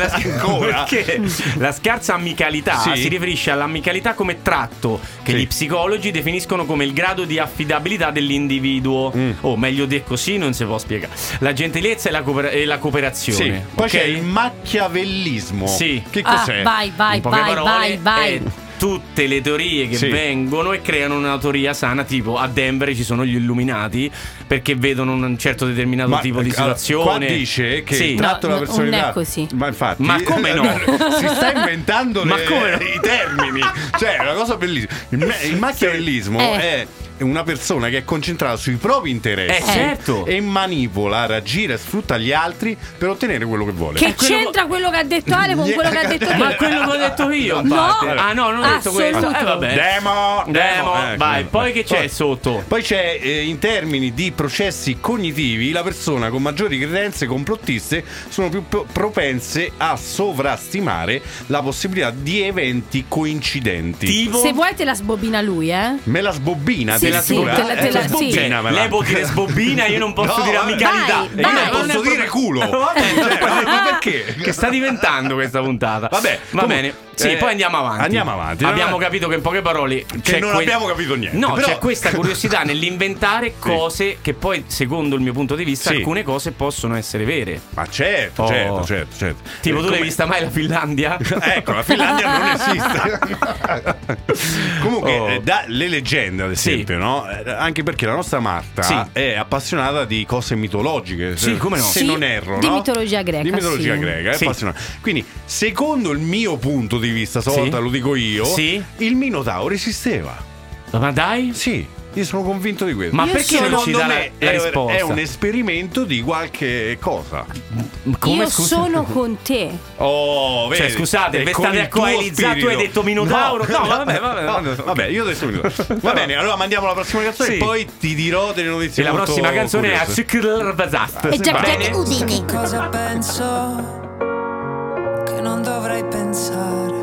B: la scarsa amicalità si riferisce all'amicalità come tratto che gli psicologi definiscono come il grado di affidabilità dell'individuo. O meglio di così non si può spiegare. La gentilezza e la cooperazione la cooperazione.
A: Sì. Poi
B: okay?
A: c'è il machiavellismo.
B: Sì.
A: Che cos'è?
D: Vai,
B: In poche parole,
D: vai.
B: è tutte le teorie che vengono e creano una teoria sana, tipo a Denver ci sono gli illuminati perché vedono un certo determinato tipo di situazione.
A: Qua dice che il tratto della personalità
D: non è così.
A: Ma infatti,
B: ma come no?
A: Si sta inventando i termini. Cioè, è una cosa bellissima. Il machiavellismo è una persona che è concentrata sui propri interessi
B: certo.
A: e manipola, raggira e sfrutta gli altri per ottenere quello che vuole.
D: Che c'entra quello che ha detto Ale con quello che ha detto te?
B: Ma quello che ho detto io,
D: no.
B: Ah no, non ho detto questo. Vabbè. Demo. Vai, poi che c'è sotto?
A: Poi c'è in termini di processi cognitivi, la persona con maggiori credenze complottiste sono più propense a sovrastimare la possibilità di eventi coincidenti.
B: Tipo?
D: Se vuoi te la sbobina lui,
A: Me la sbobbina.
D: Sì, te la
A: sbobbina.
B: Lei può dire sbobbina, io non posso dire amicalità.
A: Io non posso dire culo. Ma perché?
B: Che sta diventando questa puntata? Vabbè, va bene. Sì, poi andiamo avanti. Abbiamo capito che in poche parole
A: che non abbiamo capito niente.
B: No,
A: però...
B: c'è questa curiosità nell'inventare cose che poi, secondo il mio punto di vista, alcune cose possono essere vere.
A: Ma certo.
B: Tipo, tu l'hai vista mai la Finlandia?
A: Ecco, la Finlandia non esiste. Comunque, le leggende, ad esempio, no? Anche perché la nostra Marta è appassionata di cose mitologiche.
B: Sì, come no?
A: Se non erro,
D: di
A: no?
D: mitologia greca.
A: Di mitologia greca, è appassionata. Quindi, secondo il mio punto di vista, stavolta lo dico io, il Minotauro esisteva.
B: Ma dai?
A: Sì. Io sono convinto di questo.
B: Ma perché non ci dà la risposta?
A: È un esperimento di qualche cosa.
D: Io sono con te.
A: Oh, vedi?
B: Cioè, scusate, ve state a coalizzare. Tu hai detto Minotauro? No,
A: vabbè, io ho detto Minotauro. Va bene, allora mandiamo la prossima canzone e poi ti dirò delle notizie.
B: E la prossima canzone è a
D: Bazast. E Jack Udini.
H: Cosa penso che non dovrei pensare?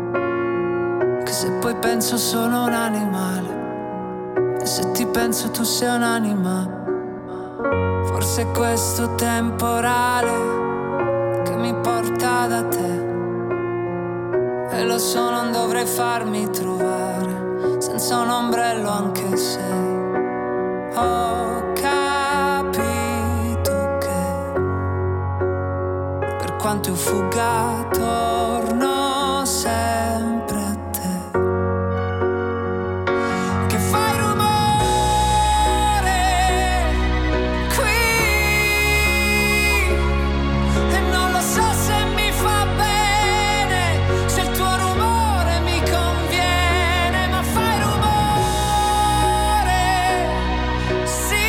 H: Che se poi penso sono un animale. E se ti penso tu sei un'anima. Forse è questo temporale che mi porta da te. E lo so, non dovrei farmi trovare senza un ombrello, anche se ho capito che per quanto io fugga torno sempre a te. Che fai rumore qui e non lo so se mi fa bene, se il tuo rumore mi conviene, ma fai rumore, sì,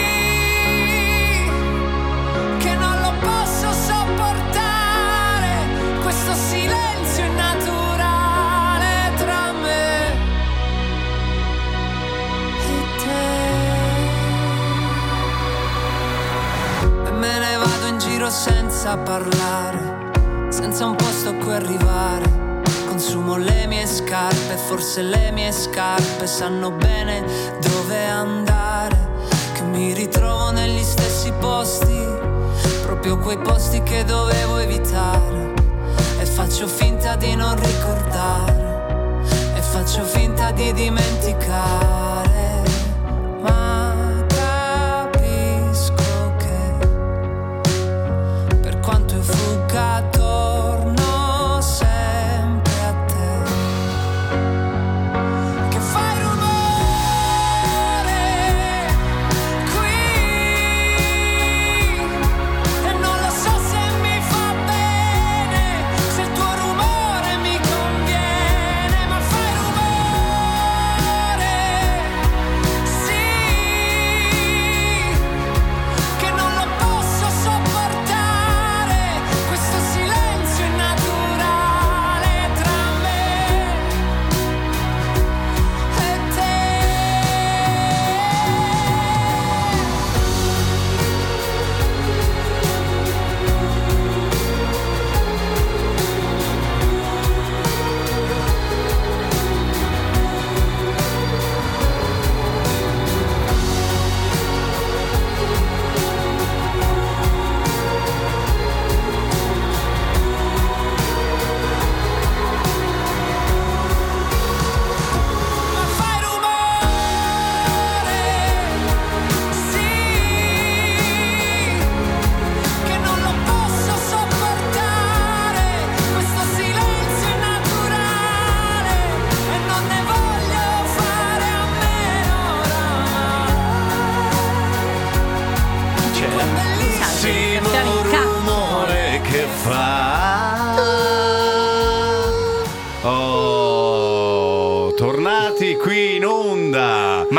H: che non lo posso sopportare, questo silenzio innaturale tra me e te. E me ne vado in giro senza parlare, senza un posto a cui arrivare. Consumo le mie scarpe, forse le mie scarpe sanno bene dove andare. Che mi ritrovo negli stessi posti, proprio quei posti che dovevo evitare. E faccio finta di non ricordare, e faccio finta di dimenticare. Ma capisco che per quanto io fugga torno sempre a te. Che fai rumore qui e non lo so se mi fa bene, se il tuo rumore mi conviene, ma fai rumore,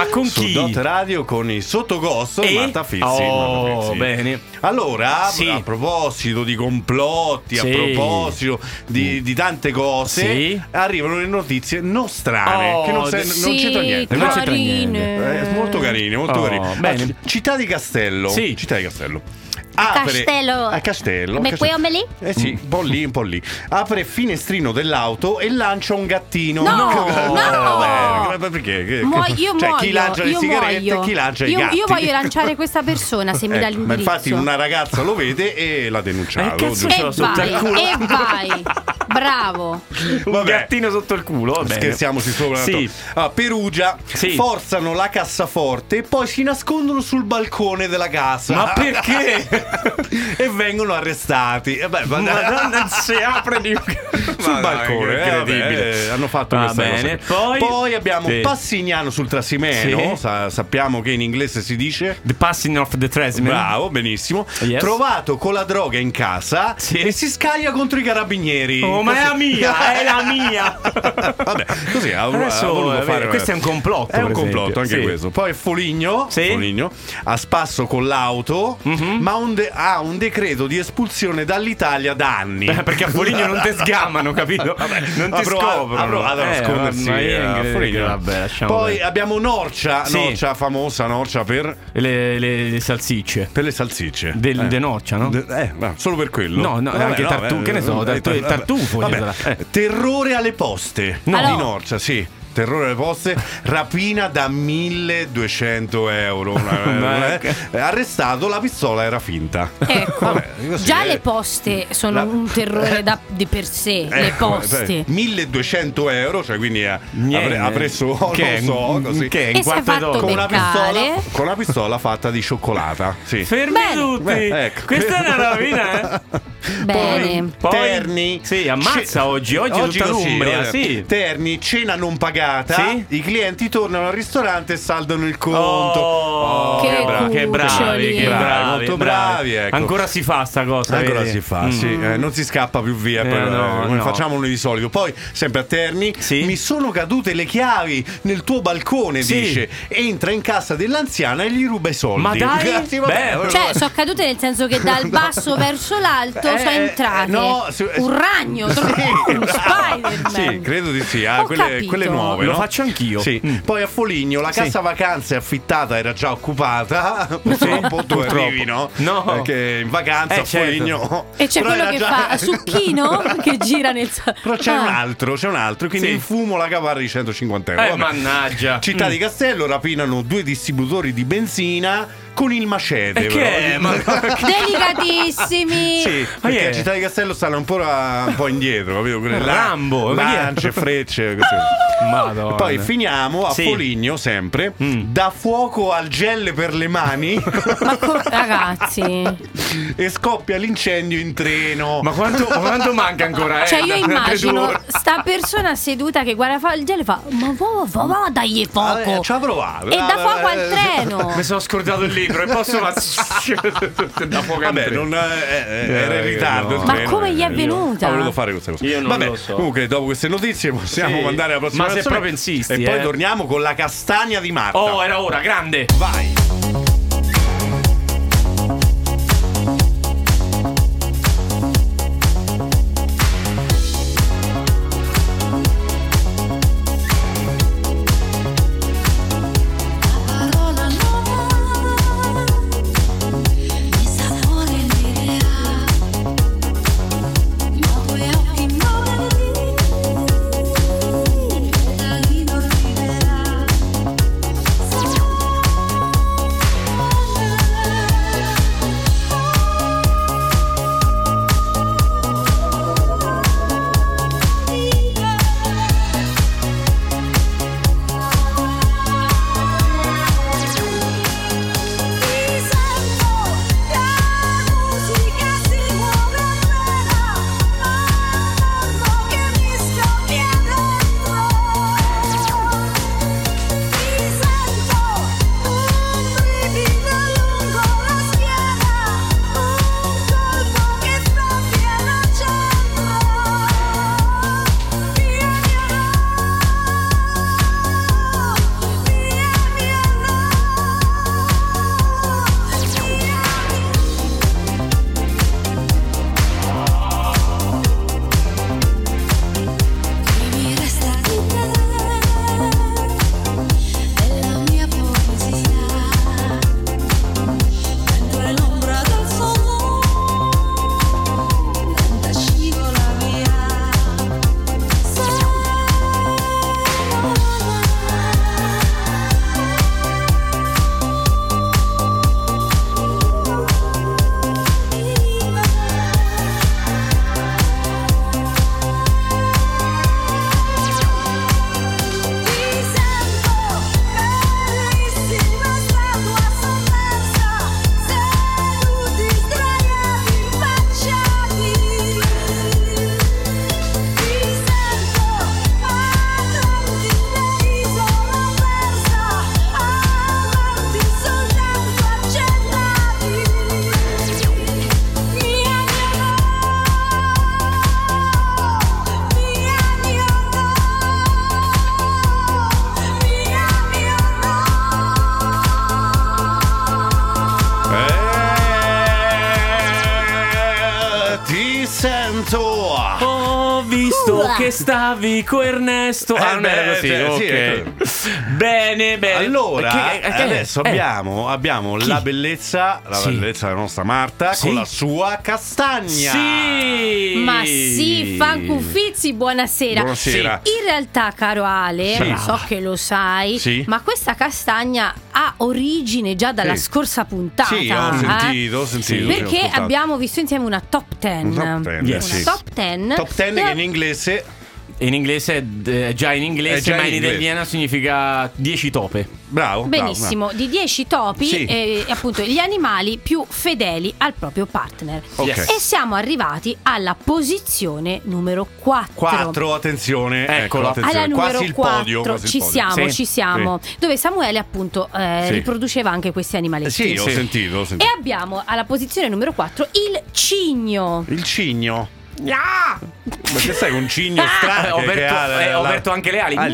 B: Ma con
A: su
B: chi?
A: Dot Radio con i Sottoghost e Marta Fizzi.
B: Oh, bene.
A: Allora,
B: Sì.
A: a proposito di complotti, a
B: Sì.
A: proposito di tante cose,
B: Sì.
A: arrivano le notizie nostrane, che non c'entra niente.
B: Non c'entra niente.
A: Molto carine, molto carine.
B: Bene.
A: Città di Castello.
B: Sì.
A: Città di Castello.
C: Castello.
A: A Castello.
C: Me qui o me lì?
A: Sì, un po' lì, un po' lì. Apre il finestrino dell'auto e lancia un gattino.
C: No, no.
A: Perché?
D: Io
A: Cioè,
D: muoio.
A: chi lancia le
D: io
A: sigarette
D: muoio.
A: e chi lancia i
D: io,
A: gatti.
D: io voglio lanciare questa persona se mi dà l'indirizzo.
A: Ma infatti una ragazza lo vede e l'ha denunciato.
B: cazzo
D: E
B: sotto il culo.
D: vai. Bravo.
B: Un gattino sotto il culo. Va bene.
A: Scherziamoci sopra.
B: Sì.
A: Perugia forzano la cassaforte e poi si nascondono sul balcone della casa.
B: Ma perché?
A: E vengono arrestati.
B: Non si apre di
A: sul balcone.
B: Incredibile.
A: Hanno fatto
B: Va
A: questa
B: bene.
A: cosa. Poi abbiamo
B: Sì.
A: Passignano sul Trasimeno.
B: Sì.
A: Sappiamo che in inglese si dice
B: The passing of the Trasimeno.
A: bravo, benissimo.
B: Yes.
A: Trovato con la droga in casa e si scaglia contro i carabinieri.
B: Oh, ma è la mia, è la mia.
A: Vabbè, così ha voluto fare.
B: Questo è un complotto.
A: È un
B: per
A: complotto
B: esempio.
A: anche
B: Sì.
A: questo. Poi Foligno,
B: Sì.
A: Foligno a spasso con l'auto, ma ha un decreto di espulsione dall'Italia da anni.
B: Perché a Foligno non te sgamano, capito? Non ti scoprono.
A: Ha provato a nascondersi a Foligno.
B: Vabbè, lasciamo
A: Poi
B: perdere.
A: abbiamo Norcia,
B: Sì.
A: Norcia famosa, Norcia per
B: le salsicce.
A: le salsicce.
B: De Norcia, no?
A: Ma solo per quello?
B: No, anche tartufo, che ne so, tartufo.
A: Vabbè. Terrore alle poste
B: No.
A: di Norcia, sì. Terrore alle poste, rapina da 1.200 euro. Arrestato, la pistola era finta.
D: Ecco,
A: Vabbè, così,
D: già le poste sono un terrore di per sé. Le poste.
A: 1.200 euro, cioè quindi ha preso,
B: che
A: non so, così.
B: Che
D: E si è fatto
A: con
D: beccare.
A: una pistola fatta di cioccolata. Sì.
B: Fermi
D: Bene.
B: tutti.
A: Ecco.
B: Questa è una rapina,
D: Bene.
B: Poi,
A: Terni.
B: Sì, ammazza oggi è tutta
A: così,
B: l'Umbria, sì.
A: Terni, cena non pagata.
B: Sì.
A: I clienti tornano al ristorante e saldano il conto.
D: Che
B: che bravi,
D: cuccioli.
B: che bravi,
A: molto bravi, ecco.
B: Ancora si fa sta cosa.
A: Ancora
B: vedi?
A: si fa, sì. Non si scappa più via come
B: no.
A: facciamo noi di solito. Poi, sempre a Terni,
B: Sì.
A: mi sono cadute le chiavi nel tuo balcone,
B: Sì.
A: dice. Entra in casa dell'anziana e gli ruba i soldi.
B: Ma dai?
A: Sì, vabbè,
B: Beh,
D: Cioè, sono cadute nel senso che dal basso verso l'alto sono entrate.
A: no,
D: un ragno, un Spider-Man.
A: Sì, credo di sì.
D: Ho
A: Quelle
D: capito.
A: nuove.
B: Lo
A: no?
B: faccio anch'io.
A: Sì. Poi a Foligno la casa vacanze affittata era già occupata. Purtroppo tu arrivi, no?
B: No.
A: Perché in vacanza a
B: certo.
A: Foligno.
D: E c'è
A: Però
D: quello
A: era
D: che
A: già-
D: fa Succhino che gira nel
A: Però c'è un altro, quindi
B: Sì.
A: in fumo la caparra di 150 euro. Vabbè.
B: Mannaggia.
A: Città di Castello rapinano 2 distributori di benzina con il macete.
B: E che
A: però.
B: è? Ma
D: Delicatissimi.
A: Sì, perché
B: yeah.
A: a Città di Castello stanno ancora un po' indietro, capito? Quelle
B: Rambo, ma chi è?
A: lance, frecce, così.
B: Madonna.
A: Poi finiamo a
B: Sì.
A: Foligno sempre. Da fuoco al gel per le mani
D: Ragazzi,
A: e scoppia l'incendio in treno.
B: Ma quanto manca ancora?
D: cioè io
B: Altre 2
D: immagino
B: ore.
D: sta persona seduta che guarda il gel e fa: ma va, dagli fuoco.
A: Ci ha provato.
D: E dà fuoco al treno.
B: Mi sono scordato il libro e posso da fuoco al
A: Vabbè,
B: treno.
A: era in ritardo.
B: no.
A: il
D: Ma
A: treno.
D: come gli è venuta?
A: Ha voluto fare questa cosa.
B: Io non
A: Vabbè,
B: lo so.
A: comunque, dopo queste notizie possiamo
B: Sì.
A: mandare alla prossima
B: Ma se
A: canzone.
B: proprio insisti,
A: E poi torniamo con la castagna di Marta.
B: Oh, era ora, grande.
A: Vai.
I: Parola nuova, mi sapore l'idea, ma poi occhi nuovi, da lì non riderà.
B: che stavi con Ernesto. Non era così, ok. Bene.
A: Allora, adesso abbiamo la bellezza della nostra Marta con la sua castagna.
B: Sì.
D: Ma sì, Fancufizzi, buonasera.
A: Buonasera.
D: In realtà, caro Ale,
A: Sì.
D: so che lo sai,
A: Sì.
D: ma questa castagna ha origine già dalla scorsa puntata.
A: Sì, ho sentito.
D: Perché
A: ho ascoltato.
D: abbiamo visto insieme una top 10.
A: Una top 10,
B: Yes.
A: sì.
D: Una top 10.
A: Top 10 che in inglese
B: In inglese, già in inglese,
A: È già
B: ma
A: in
B: in
A: inglese.
B: italiano significa 10 tope.
A: bravo.
D: Benissimo, di 10 topi,
A: Sì.
D: appunto gli animali più fedeli al proprio partner.
A: Ok.
B: Yes.
D: E siamo arrivati alla posizione numero 4.
A: 4, attenzione.
B: Eccolo.
A: attenzione.
D: Alla numero
A: quasi il
D: 4
A: podio. quasi il
D: ci
A: podio.
D: siamo,
B: Sì.
D: ci siamo. Dove Samuele appunto riproduceva anche questi animaletti.
A: Sì, ho
B: Sì.
A: sentito.
D: E abbiamo alla posizione numero 4 il cigno.
A: Il cigno. Ma che sai, un cigno strano.
B: Ho aperto anche le ali.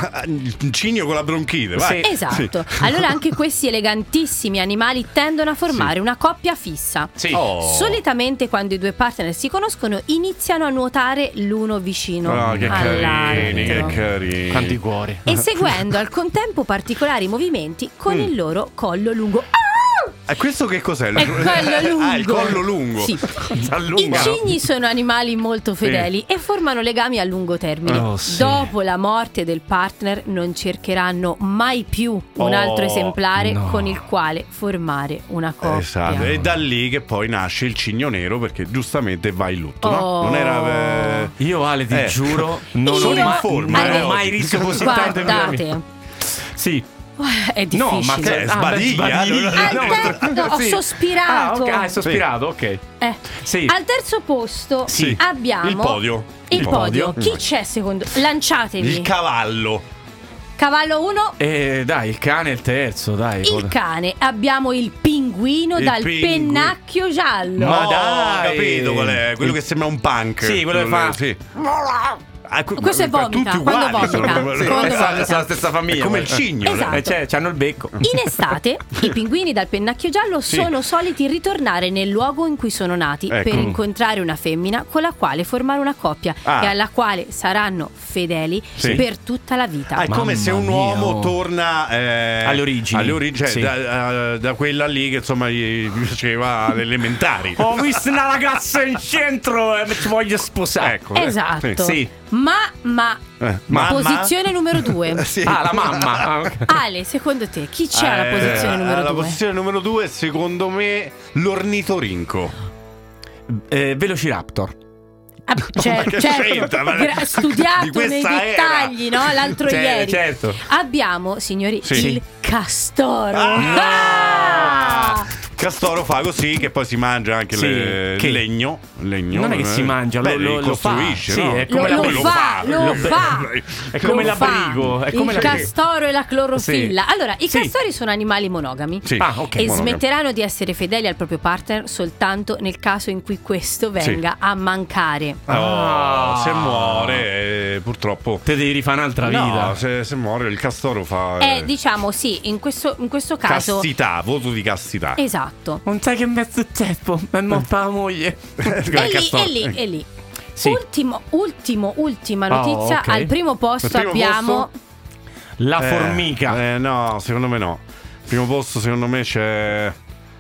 A: Un cigno con la bronchite, vai.
B: Sì.
D: Esatto. Allora anche questi elegantissimi animali tendono a formare una coppia fissa.
B: Sì.
A: Oh.
D: Solitamente quando i due partner si conoscono iniziano a nuotare l'uno vicino
A: Oh, che carini, che
D: all'altro
A: carini.
B: Quanti cuori.
D: eseguendo al contempo particolari movimenti con il loro collo lungo.
A: E questo che cos'è?
D: È collo lungo.
A: Ah, il collo lungo.
D: Sì. I
A: S'allunga.
D: cigni sono animali molto fedeli e formano legami a lungo termine.
B: Oh, sì.
D: Dopo la morte del partner non cercheranno mai più un altro esemplare con il quale formare una coppia.
A: Esatto. E da lì che poi nasce il cigno nero, perché giustamente va in lutto, no?
D: Oh.
A: Non era.
B: Io, Ale, ti giuro, non
D: Io-
B: ho
D: Ale,
B: mai riso così tanto in vita mia.
D: Guardate,
B: Sì.
D: è difficile.
A: No, ma che sbadiglia.
D: Ho sospirato.
B: Hai sospirato, ok. Sì.
D: Al terzo posto
A: Sì.
D: abbiamo
A: Il podio.
D: Il podio.
B: podio.
D: Chi c'è secondo? Lanciatevi.
A: Il cavallo.
D: Cavallo 1.
B: Dai, il cane è il terzo, dai.
D: Il cane. Abbiamo il pinguino
A: Il
D: dal
A: pinguino.
D: pennacchio giallo.
B: Ma
A: Oh,
B: dai.
A: ho capito qual è. Quello che sembra un punk.
B: Sì, quello che fa-
A: Sì.
D: Questo è vomita,
A: tutti
D: quando
A: uguali
D: vomita.
A: sono.
D: Quando vomita.
B: È la stessa famiglia.
A: È come il cigno.
D: Esatto.
B: C'hanno il becco.
D: In estate i pinguini dal pennacchio giallo sono soliti ritornare nel luogo in cui sono nati
A: Ecco.
D: per incontrare una femmina con la quale formare una coppia
A: Ah.
D: e alla quale saranno fedeli
A: Sì.
D: per tutta la vita.
A: Ah, è come
B: Mamma
A: se un
B: mia.
A: uomo torna
B: Alle origini.
A: cioè
B: Sì.
A: da quella lì che insomma gli piaceva alle elementari.
B: Ho visto una ragazza in centro e mi voglio sposare.
A: Ecco.
D: Esatto.
B: Sì.
D: Ma posizione numero 2.
A: Sì.
B: Ah, la mamma. Ah, ok.
D: Ale, secondo te chi c'è alla posizione numero
A: alla
D: 2?
A: posizione numero 2 secondo me l'ornitorinco.
B: Velociraptor.
A: che c'entra? Ma- di
D: studiato nei
A: questa era.
D: dettagli, no? L'altro ieri.
B: Certo.
D: Abbiamo, signori,
A: Sì.
D: il castoro.
A: Ah! Castoro fa così, che poi si mangia anche
B: Sì.
A: il
B: Che?
A: legno.
B: Non è che si mangia,
A: Beh,
B: lo
A: costruisce,
B: fa.
A: no?
B: Sì, è come
D: Lo
B: la
D: fa.
B: È come
D: Lo
B: l'abrigo.
D: fa.
B: È come
D: il
B: la
D: castoro e la clorofilla.
B: Sì.
D: Allora, i
B: Sì.
D: castori sono animali monogami.
A: Sì.
B: Ah, ok.
D: E
A: monogami.
D: smetteranno di essere fedeli al proprio partner soltanto nel caso in cui questo venga a mancare.
A: Oh, se muore, purtroppo.
B: Te devi rifare un'altra
A: No,
B: vita.
A: se muore il castoro fa
D: Diciamo sì, in questo caso.
A: castità, voto di castità.
D: Esatto.
B: Non sai che mezzo tempo mi è morta la moglie.
D: E lì.
B: Sì.
D: Ultima notizia.
B: ok.
D: Al primo posto
A: Al primo
D: abbiamo
A: posto?
B: La formica.
A: No, secondo me no. Primo posto secondo me c'è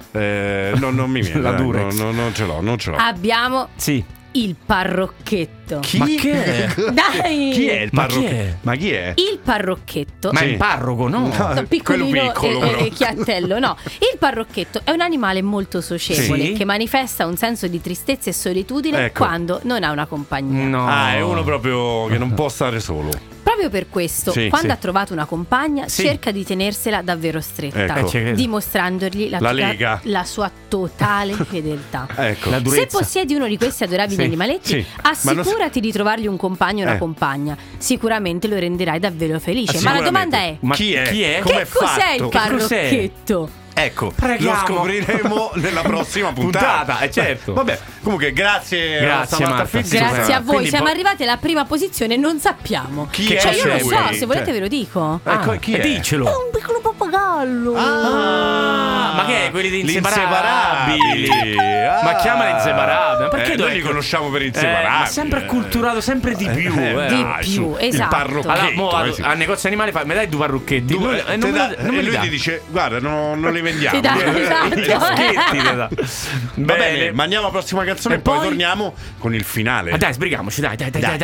A: non mi viene.
B: La
A: dai,
B: Durex.
A: non ce l'ho.
D: abbiamo
B: Sì.
D: il parrocchetto.
A: Chi?
B: Ma che è?
D: Dai!
A: Chi è il
B: Ma chi
A: parrocchetto?
B: è?
A: Ma chi è?
D: Il parrocchetto.
B: Ma è
A: Sì.
B: il parroco, no?
A: No.
D: Piccolino
A: quello piccolo, però.
D: e chiattello, no. Il parrocchetto è un animale molto socievole
B: Sì.
D: che manifesta un senso di tristezza e solitudine
A: Ecco.
D: quando non ha una compagnia.
B: No.
A: Ah, è uno proprio che non può stare solo.
D: Proprio per questo,
A: Sì,
D: quando
A: sì.
D: ha trovato una compagna,
B: Sì.
D: cerca di tenersela davvero stretta,
A: Ecco.
B: ci credo.
D: dimostrandogli
A: La lega.
D: la sua totale fedeltà.
A: Ecco.
B: La
D: Se
B: durezza.
D: possiedi uno di questi adorabili
B: Sì,
D: animaletti,
A: sì. Ma non
D: assicurati di trovargli un compagno o una compagna. Sicuramente lo renderai davvero felice. Ma la domanda è:
B: Ma
A: chi è?
B: chi è?
A: Com'è
D: che cos'è il
A: fatto?
B: Che cos'è?
D: parrocchetto?
A: Ecco,
B: Preghiamo.
A: lo scopriremo nella prossima puntata.
B: Certo.
A: Vabbè, comunque grazie
B: Grazie,
A: a
B: Marta.
A: Fizzi.
D: Grazie a voi,
B: Quindi
D: siamo
B: poi-
D: arrivati alla prima posizione, non sappiamo.
A: Chi
B: Che
A: è?
D: Cioè, io lo
A: lui?
D: so, se volete
A: Cioè,
D: ve lo dico.
A: Ecco, chi è?
B: Diccelo.
D: Un piccolo pappagallo.
B: Ah, ma che è quelli di
A: Inseparabili.
B: Ma chiamali Inseparabili. Ma perché
A: noi li conosciamo per Inseparabili?
B: Ma sempre acculturato, sempre di più.
D: Di più,
A: Il
D: esatto.
A: parrucchetto.
B: Allora, mo vado al negozio animale, mi dai due parrucchetti?
A: E lui ti dice: guarda, non li vendiamo.
D: Ti dà, esatto.
B: I fischietti te dà.
A: Va bene, mandiamo la prossima canzone e poi torniamo con il finale.
B: Dai, sbrighiamoci, dai.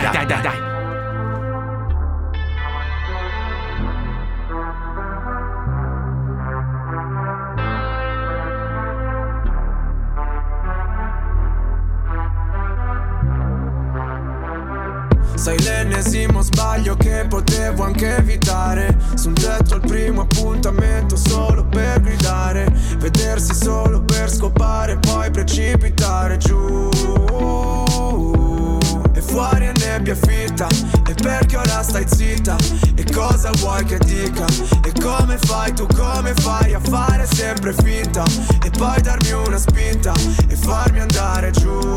F: Sei l'ennesimo sbaglio che potevo anche evitare. Su un tetto al primo appuntamento solo per gridare. Vedersi solo per scopare, poi precipitare giù. E fuori è nebbia fitta. E perché ora stai zitta? E cosa vuoi che dica? E come fai tu, come fai a fare sempre finta? E poi darmi una spinta e farmi andare giù.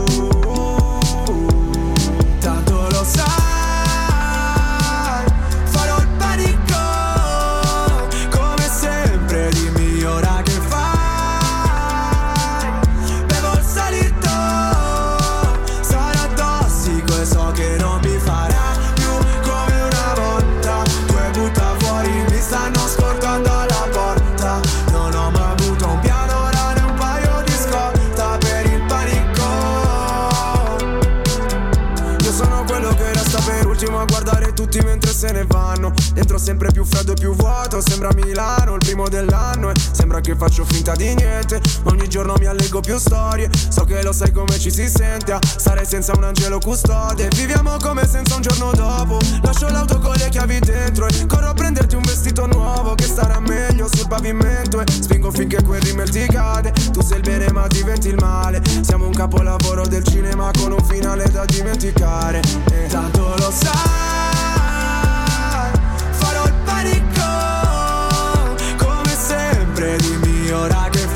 F: Tanto lo sai, farò il panico. Come sempre dimmi ora che fai. Bevo il salito, sarà tossico e so che non mi farà più come una volta. Tu e butta fuori, mi stanno scortando alla porta. Non ho mai avuto un piano, ora né un paio di scorta per il panico. Io sono quello che resta per ultimo a guardare tutti mentre se ne vanno. Dentro sempre più freddo e più vuoto. Sembra Milano il primo dell'anno. E sembra che faccio finta di niente. Ogni giorno mi allego più storie. So che lo sai come ci si sente a stare senza un angelo custode. Viviamo come senza un giorno dopo. Lascio l'auto con le chiavi dentro e corro a prenderti un vestito nuovo che starà meglio sul pavimento. E spingo finché quel rimel ti cade. Tu sei il bene ma diventi il male. Siamo un capolavoro del cinema con un finale da dimenticare. E tanto lo sai, farò il panico. Come sempre dimmi ora che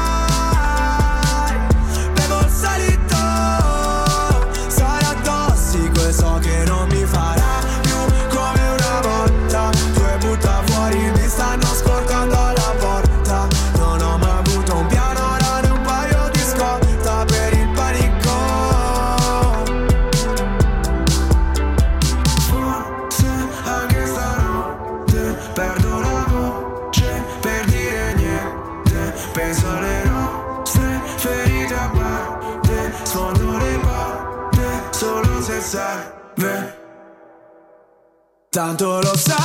F: fai. Bevo il salito, sarà tossico e so che non mi farà più come una volta. Tu e butta fuori, mi stanno scortando alla porta. Non ho mai avuto un piano, ora né un paio di scorta per il panico. Forse anche stanotte perdo la voce per dire niente. Penso alle nostre ferite aperte. Sfondo le porte solo se serve. Tanto lo sai,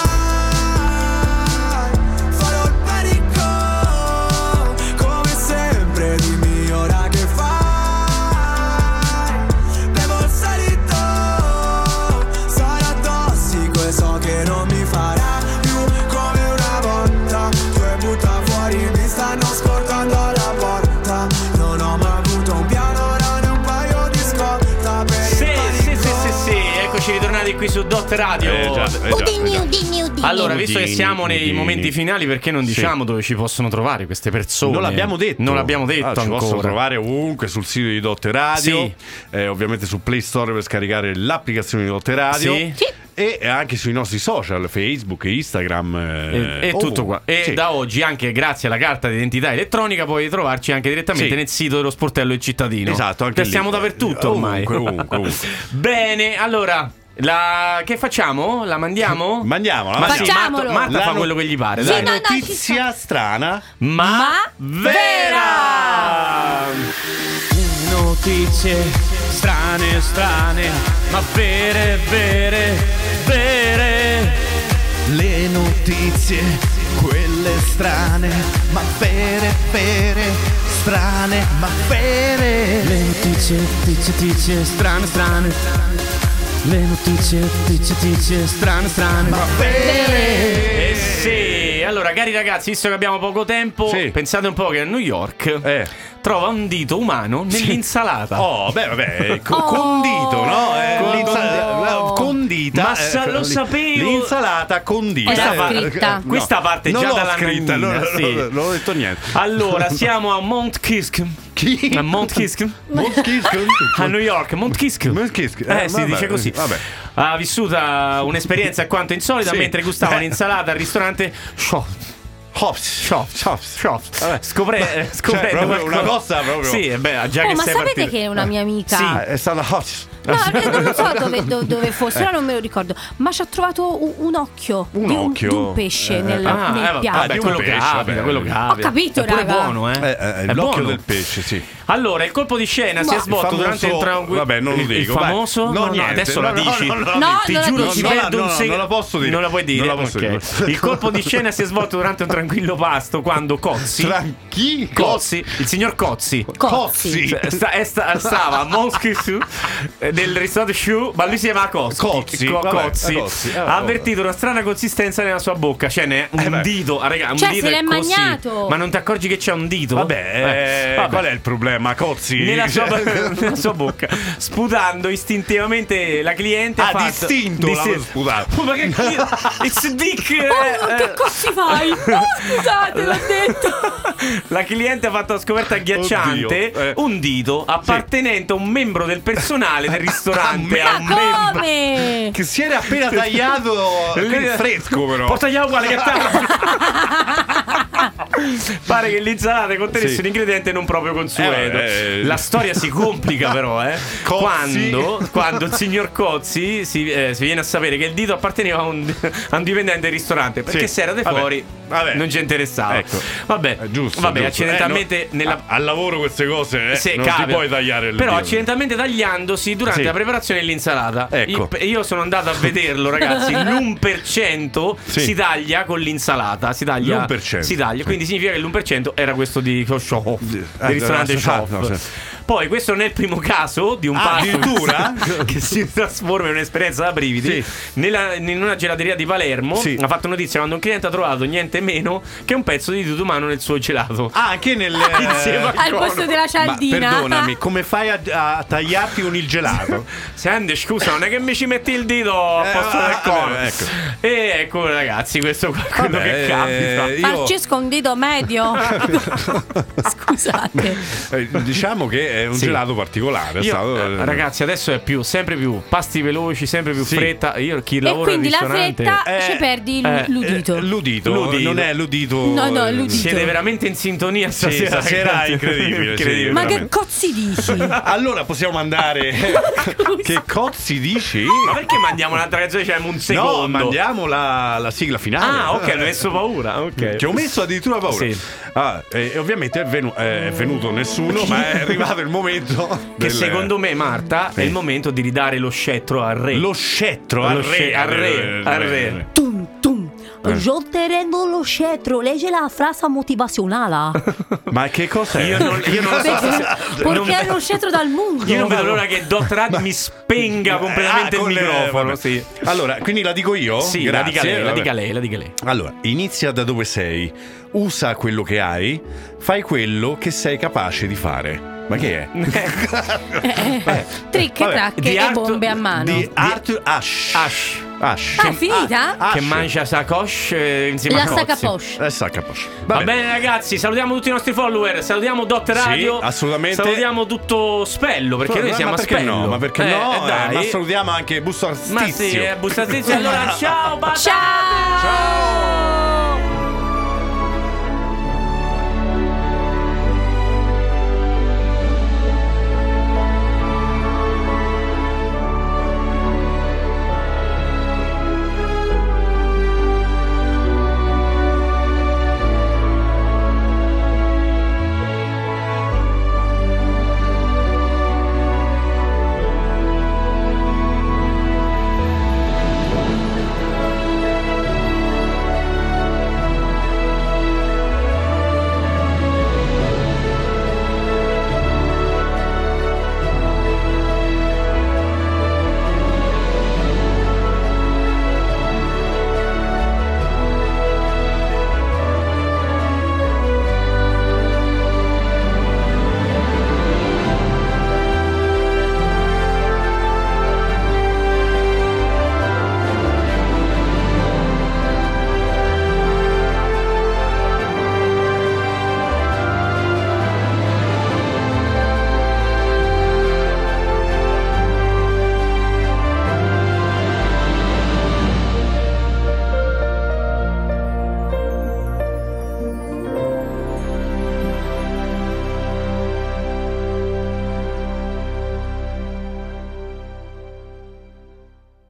F: farò il panico. Come sempre dimmi ora che fai. Bevo il salito, sarà tossico e so che non mi farà più come una volta. Tu e butta fuori, mi stanno scortando alla porta. Non ho mai avuto un piano, ora né un paio di scorta per il panico.
B: Sì, eccoci ritornati qui su Dot Radio.
C: Udini, udini, udini.
B: Allora, visto che
A: Udini,
B: siamo nei
A: udini.
B: momenti finali, perché non diciamo dove ci possono trovare queste persone?
A: Non l'abbiamo detto.
B: Non l'abbiamo detto
A: Ci
B: ancora.
A: possono trovare ovunque sul sito di Dot Radio.
B: Sì.
A: Ovviamente su Play Store per scaricare l'applicazione di Dot Radio.
B: Sì.
A: E anche sui nostri social, Facebook, Instagram.
B: E tutto qua. E
A: Sì.
B: da oggi, anche grazie alla carta d'identità elettronica, puoi trovarci anche direttamente
A: Sì.
B: nel sito dello sportello del cittadino.
A: Esatto, anche lì.
B: Siamo dappertutto ormai.
A: Ovunque.
B: Bene, allora. Che facciamo? La mandiamo?
A: Mandiamola.
B: Ma sì,
D: Facciamolo.
B: Marta
A: La
B: fa
A: no-
B: quello che gli pare.
D: Sì,
B: Dai.
D: no, ci
A: Notizia strana.
B: Ma vera! Notizie strane, ma vere.
J: Le notizie, quelle strane, ma vere, strane, ma vere.
B: Le notizie strane. Le notizie strane,
J: ma vere.
B: Eh sì, allora cari ragazzi, visto che abbiamo poco tempo,
A: Sì.
B: pensate un po' che a New York trova un dito umano nell'insalata.
A: Oh, beh, vabbè, condito, no? Condita.
B: Ma lo sapevo.
A: L'insalata condita.
D: Questa è scritta.
B: Questa parte
A: non
B: già
A: l'ho
B: dalla
A: scritta,
B: nonnina, sì.
A: non ho detto niente.
B: Allora, siamo a Mount Kisk.
A: Chi?
B: A Mount Kisk. A New York, Mount Kisk.
A: Si
B: Si dice così.
A: Vabbè.
B: Ha vissuto un'esperienza alquanto insolita
A: Sì.
B: mentre gustava un'insalata al ristorante Scoprendo
A: proprio una cosa proprio.
B: Sì, già che
D: ma
B: sei
D: sapete
B: partito.
D: che una mia amica
A: È stata
D: No, non so dove fosse, ora non me lo ricordo. Ma ci ha trovato un occhio di un pesce nel piatto.
B: Quello capita.
D: Ho capito,
B: è pure
D: raga.
B: buono,
A: È l'occhio del pesce, sì.
B: Allora, il colpo di scena si è svolto durante il
A: Vabbè, non lo dico.
B: Il famoso?
A: No,
B: niente, adesso la dici.
A: Ti
B: giuro, ci perdo un secondo.
A: Non la posso dire.
B: Non la puoi dire.
A: Okay.
B: Il colpo di scena si è svolto durante un tranquillo pasto quando Cozzi. Cozzi, il signor Cozzi. Stava a Moschi su del ristorante Shu, ma lui si chiama Cozzi. Ha avvertito una strana consistenza nella sua bocca. Cioè, n'è un dito. Raga, un
D: cioè,
B: dito
D: se l'è
B: è così.
D: magnato.
B: Ma non ti accorgi che c'è un dito?
A: Vabbè. Qual è il problema? Cozzi
B: nella sua bocca, sputando istintivamente la cliente.
A: Distinto l'hanno sputato.
B: Ma che it's dick.
D: Che cozzi fai? Scusate, l'ho detto.
B: La cliente ha fatto la scoperta agghiacciante. Un dito appartenente a un membro del personale del ristorante.
D: Ma come?
A: Che si era appena tagliato fresco, però.
B: Può tagliare uguale che pare che l'insalata contenesse un ingrediente non proprio consueto. La storia si complica però quando il signor Cozzi si viene a sapere che il dito apparteneva a un dipendente del ristorante, perché se era de fuori non ci interessava.
A: Ecco.
B: Vabbè, giusto. Accidentalmente
A: al lavoro queste cose non si puoi tagliare il
B: però
A: dito.
B: Accidentalmente tagliandosi durante la preparazione dell'insalata.
A: Ecco.
B: Io sono andato a vederlo, ragazzi. L'1% si taglia con l'insalata. Si taglia. Quindi significa che l'1% era questo di Show, del ristorante Show. Poi questo non è il primo caso di un pasto che si trasforma in un'esperienza da brividi. In una gelateria di Palermo ha fatto notizia quando un cliente ha trovato niente meno che un pezzo di dito umano nel suo gelato.
A: Anche nel
D: al posto della cialdina.
A: Ma perdonami, come fai a tagliarti con il gelato?
B: Senti, scusa, non è che mi ci metti il dito a posto del cono. E ecco, ragazzi, questo è quello che capita.
D: Francesco, un dito medio. Scusate.
A: Diciamo che è un gelato particolare.
B: Ragazzi, adesso è sempre più pasti veloci, sempre più fretta. Io chi lavora
D: e quindi
B: al ristorante,
D: la fretta ci perdi l'udito.
A: L'udito non è l'udito.
D: No, l'udito.
B: Siete veramente in sintonia stasera.
A: È incredibile.
D: Ma che cozzi dici?
A: Allora possiamo andare. Che cozzi dici?
B: Ma perché mandiamo un'altra canzone? C'è un secondo.
A: No, mandiamo la sigla finale.
B: Ok, hanno messo paura. Okay.
A: Ci ho messo addirittura paura. E ovviamente è venuto nessuno, ma è arrivato il momento
B: che secondo me, Marta, è il momento di ridare lo scettro al re.
A: Lo scettro al re.
C: Tum tum. Io te rendo lo scettro, legge la frase motivazionale.
A: Ma che cos'è?
B: Io non lo so.
D: Perché è lo scettro dal mondo.
B: Io non vedo l'ora che Dr. Rad mi spenga completamente il microfono.
A: Allora, quindi la dico io?
B: Sì,
A: grazie.
B: la dica lei.
A: Allora, inizia da dove sei, usa quello che hai, fai quello che sei capace di fare. Ma che è?
D: Trick e track e bombe a mano.
A: Di Arthur Ashe.
D: È finita?
B: Che mangia sacoche insieme a Cozzi.
A: La sacapoche.
B: Va bene, ragazzi, salutiamo tutti i nostri follower. Salutiamo Dot Radio.
A: Sì, assolutamente.
B: Salutiamo tutto Spello, perché noi siamo a Spello.
A: Ma perché no?
B: Dai.
A: Ma salutiamo anche Busto Arstizio.
B: Ma sì, Busto Arstizio. Allora, ciao,
D: ciao.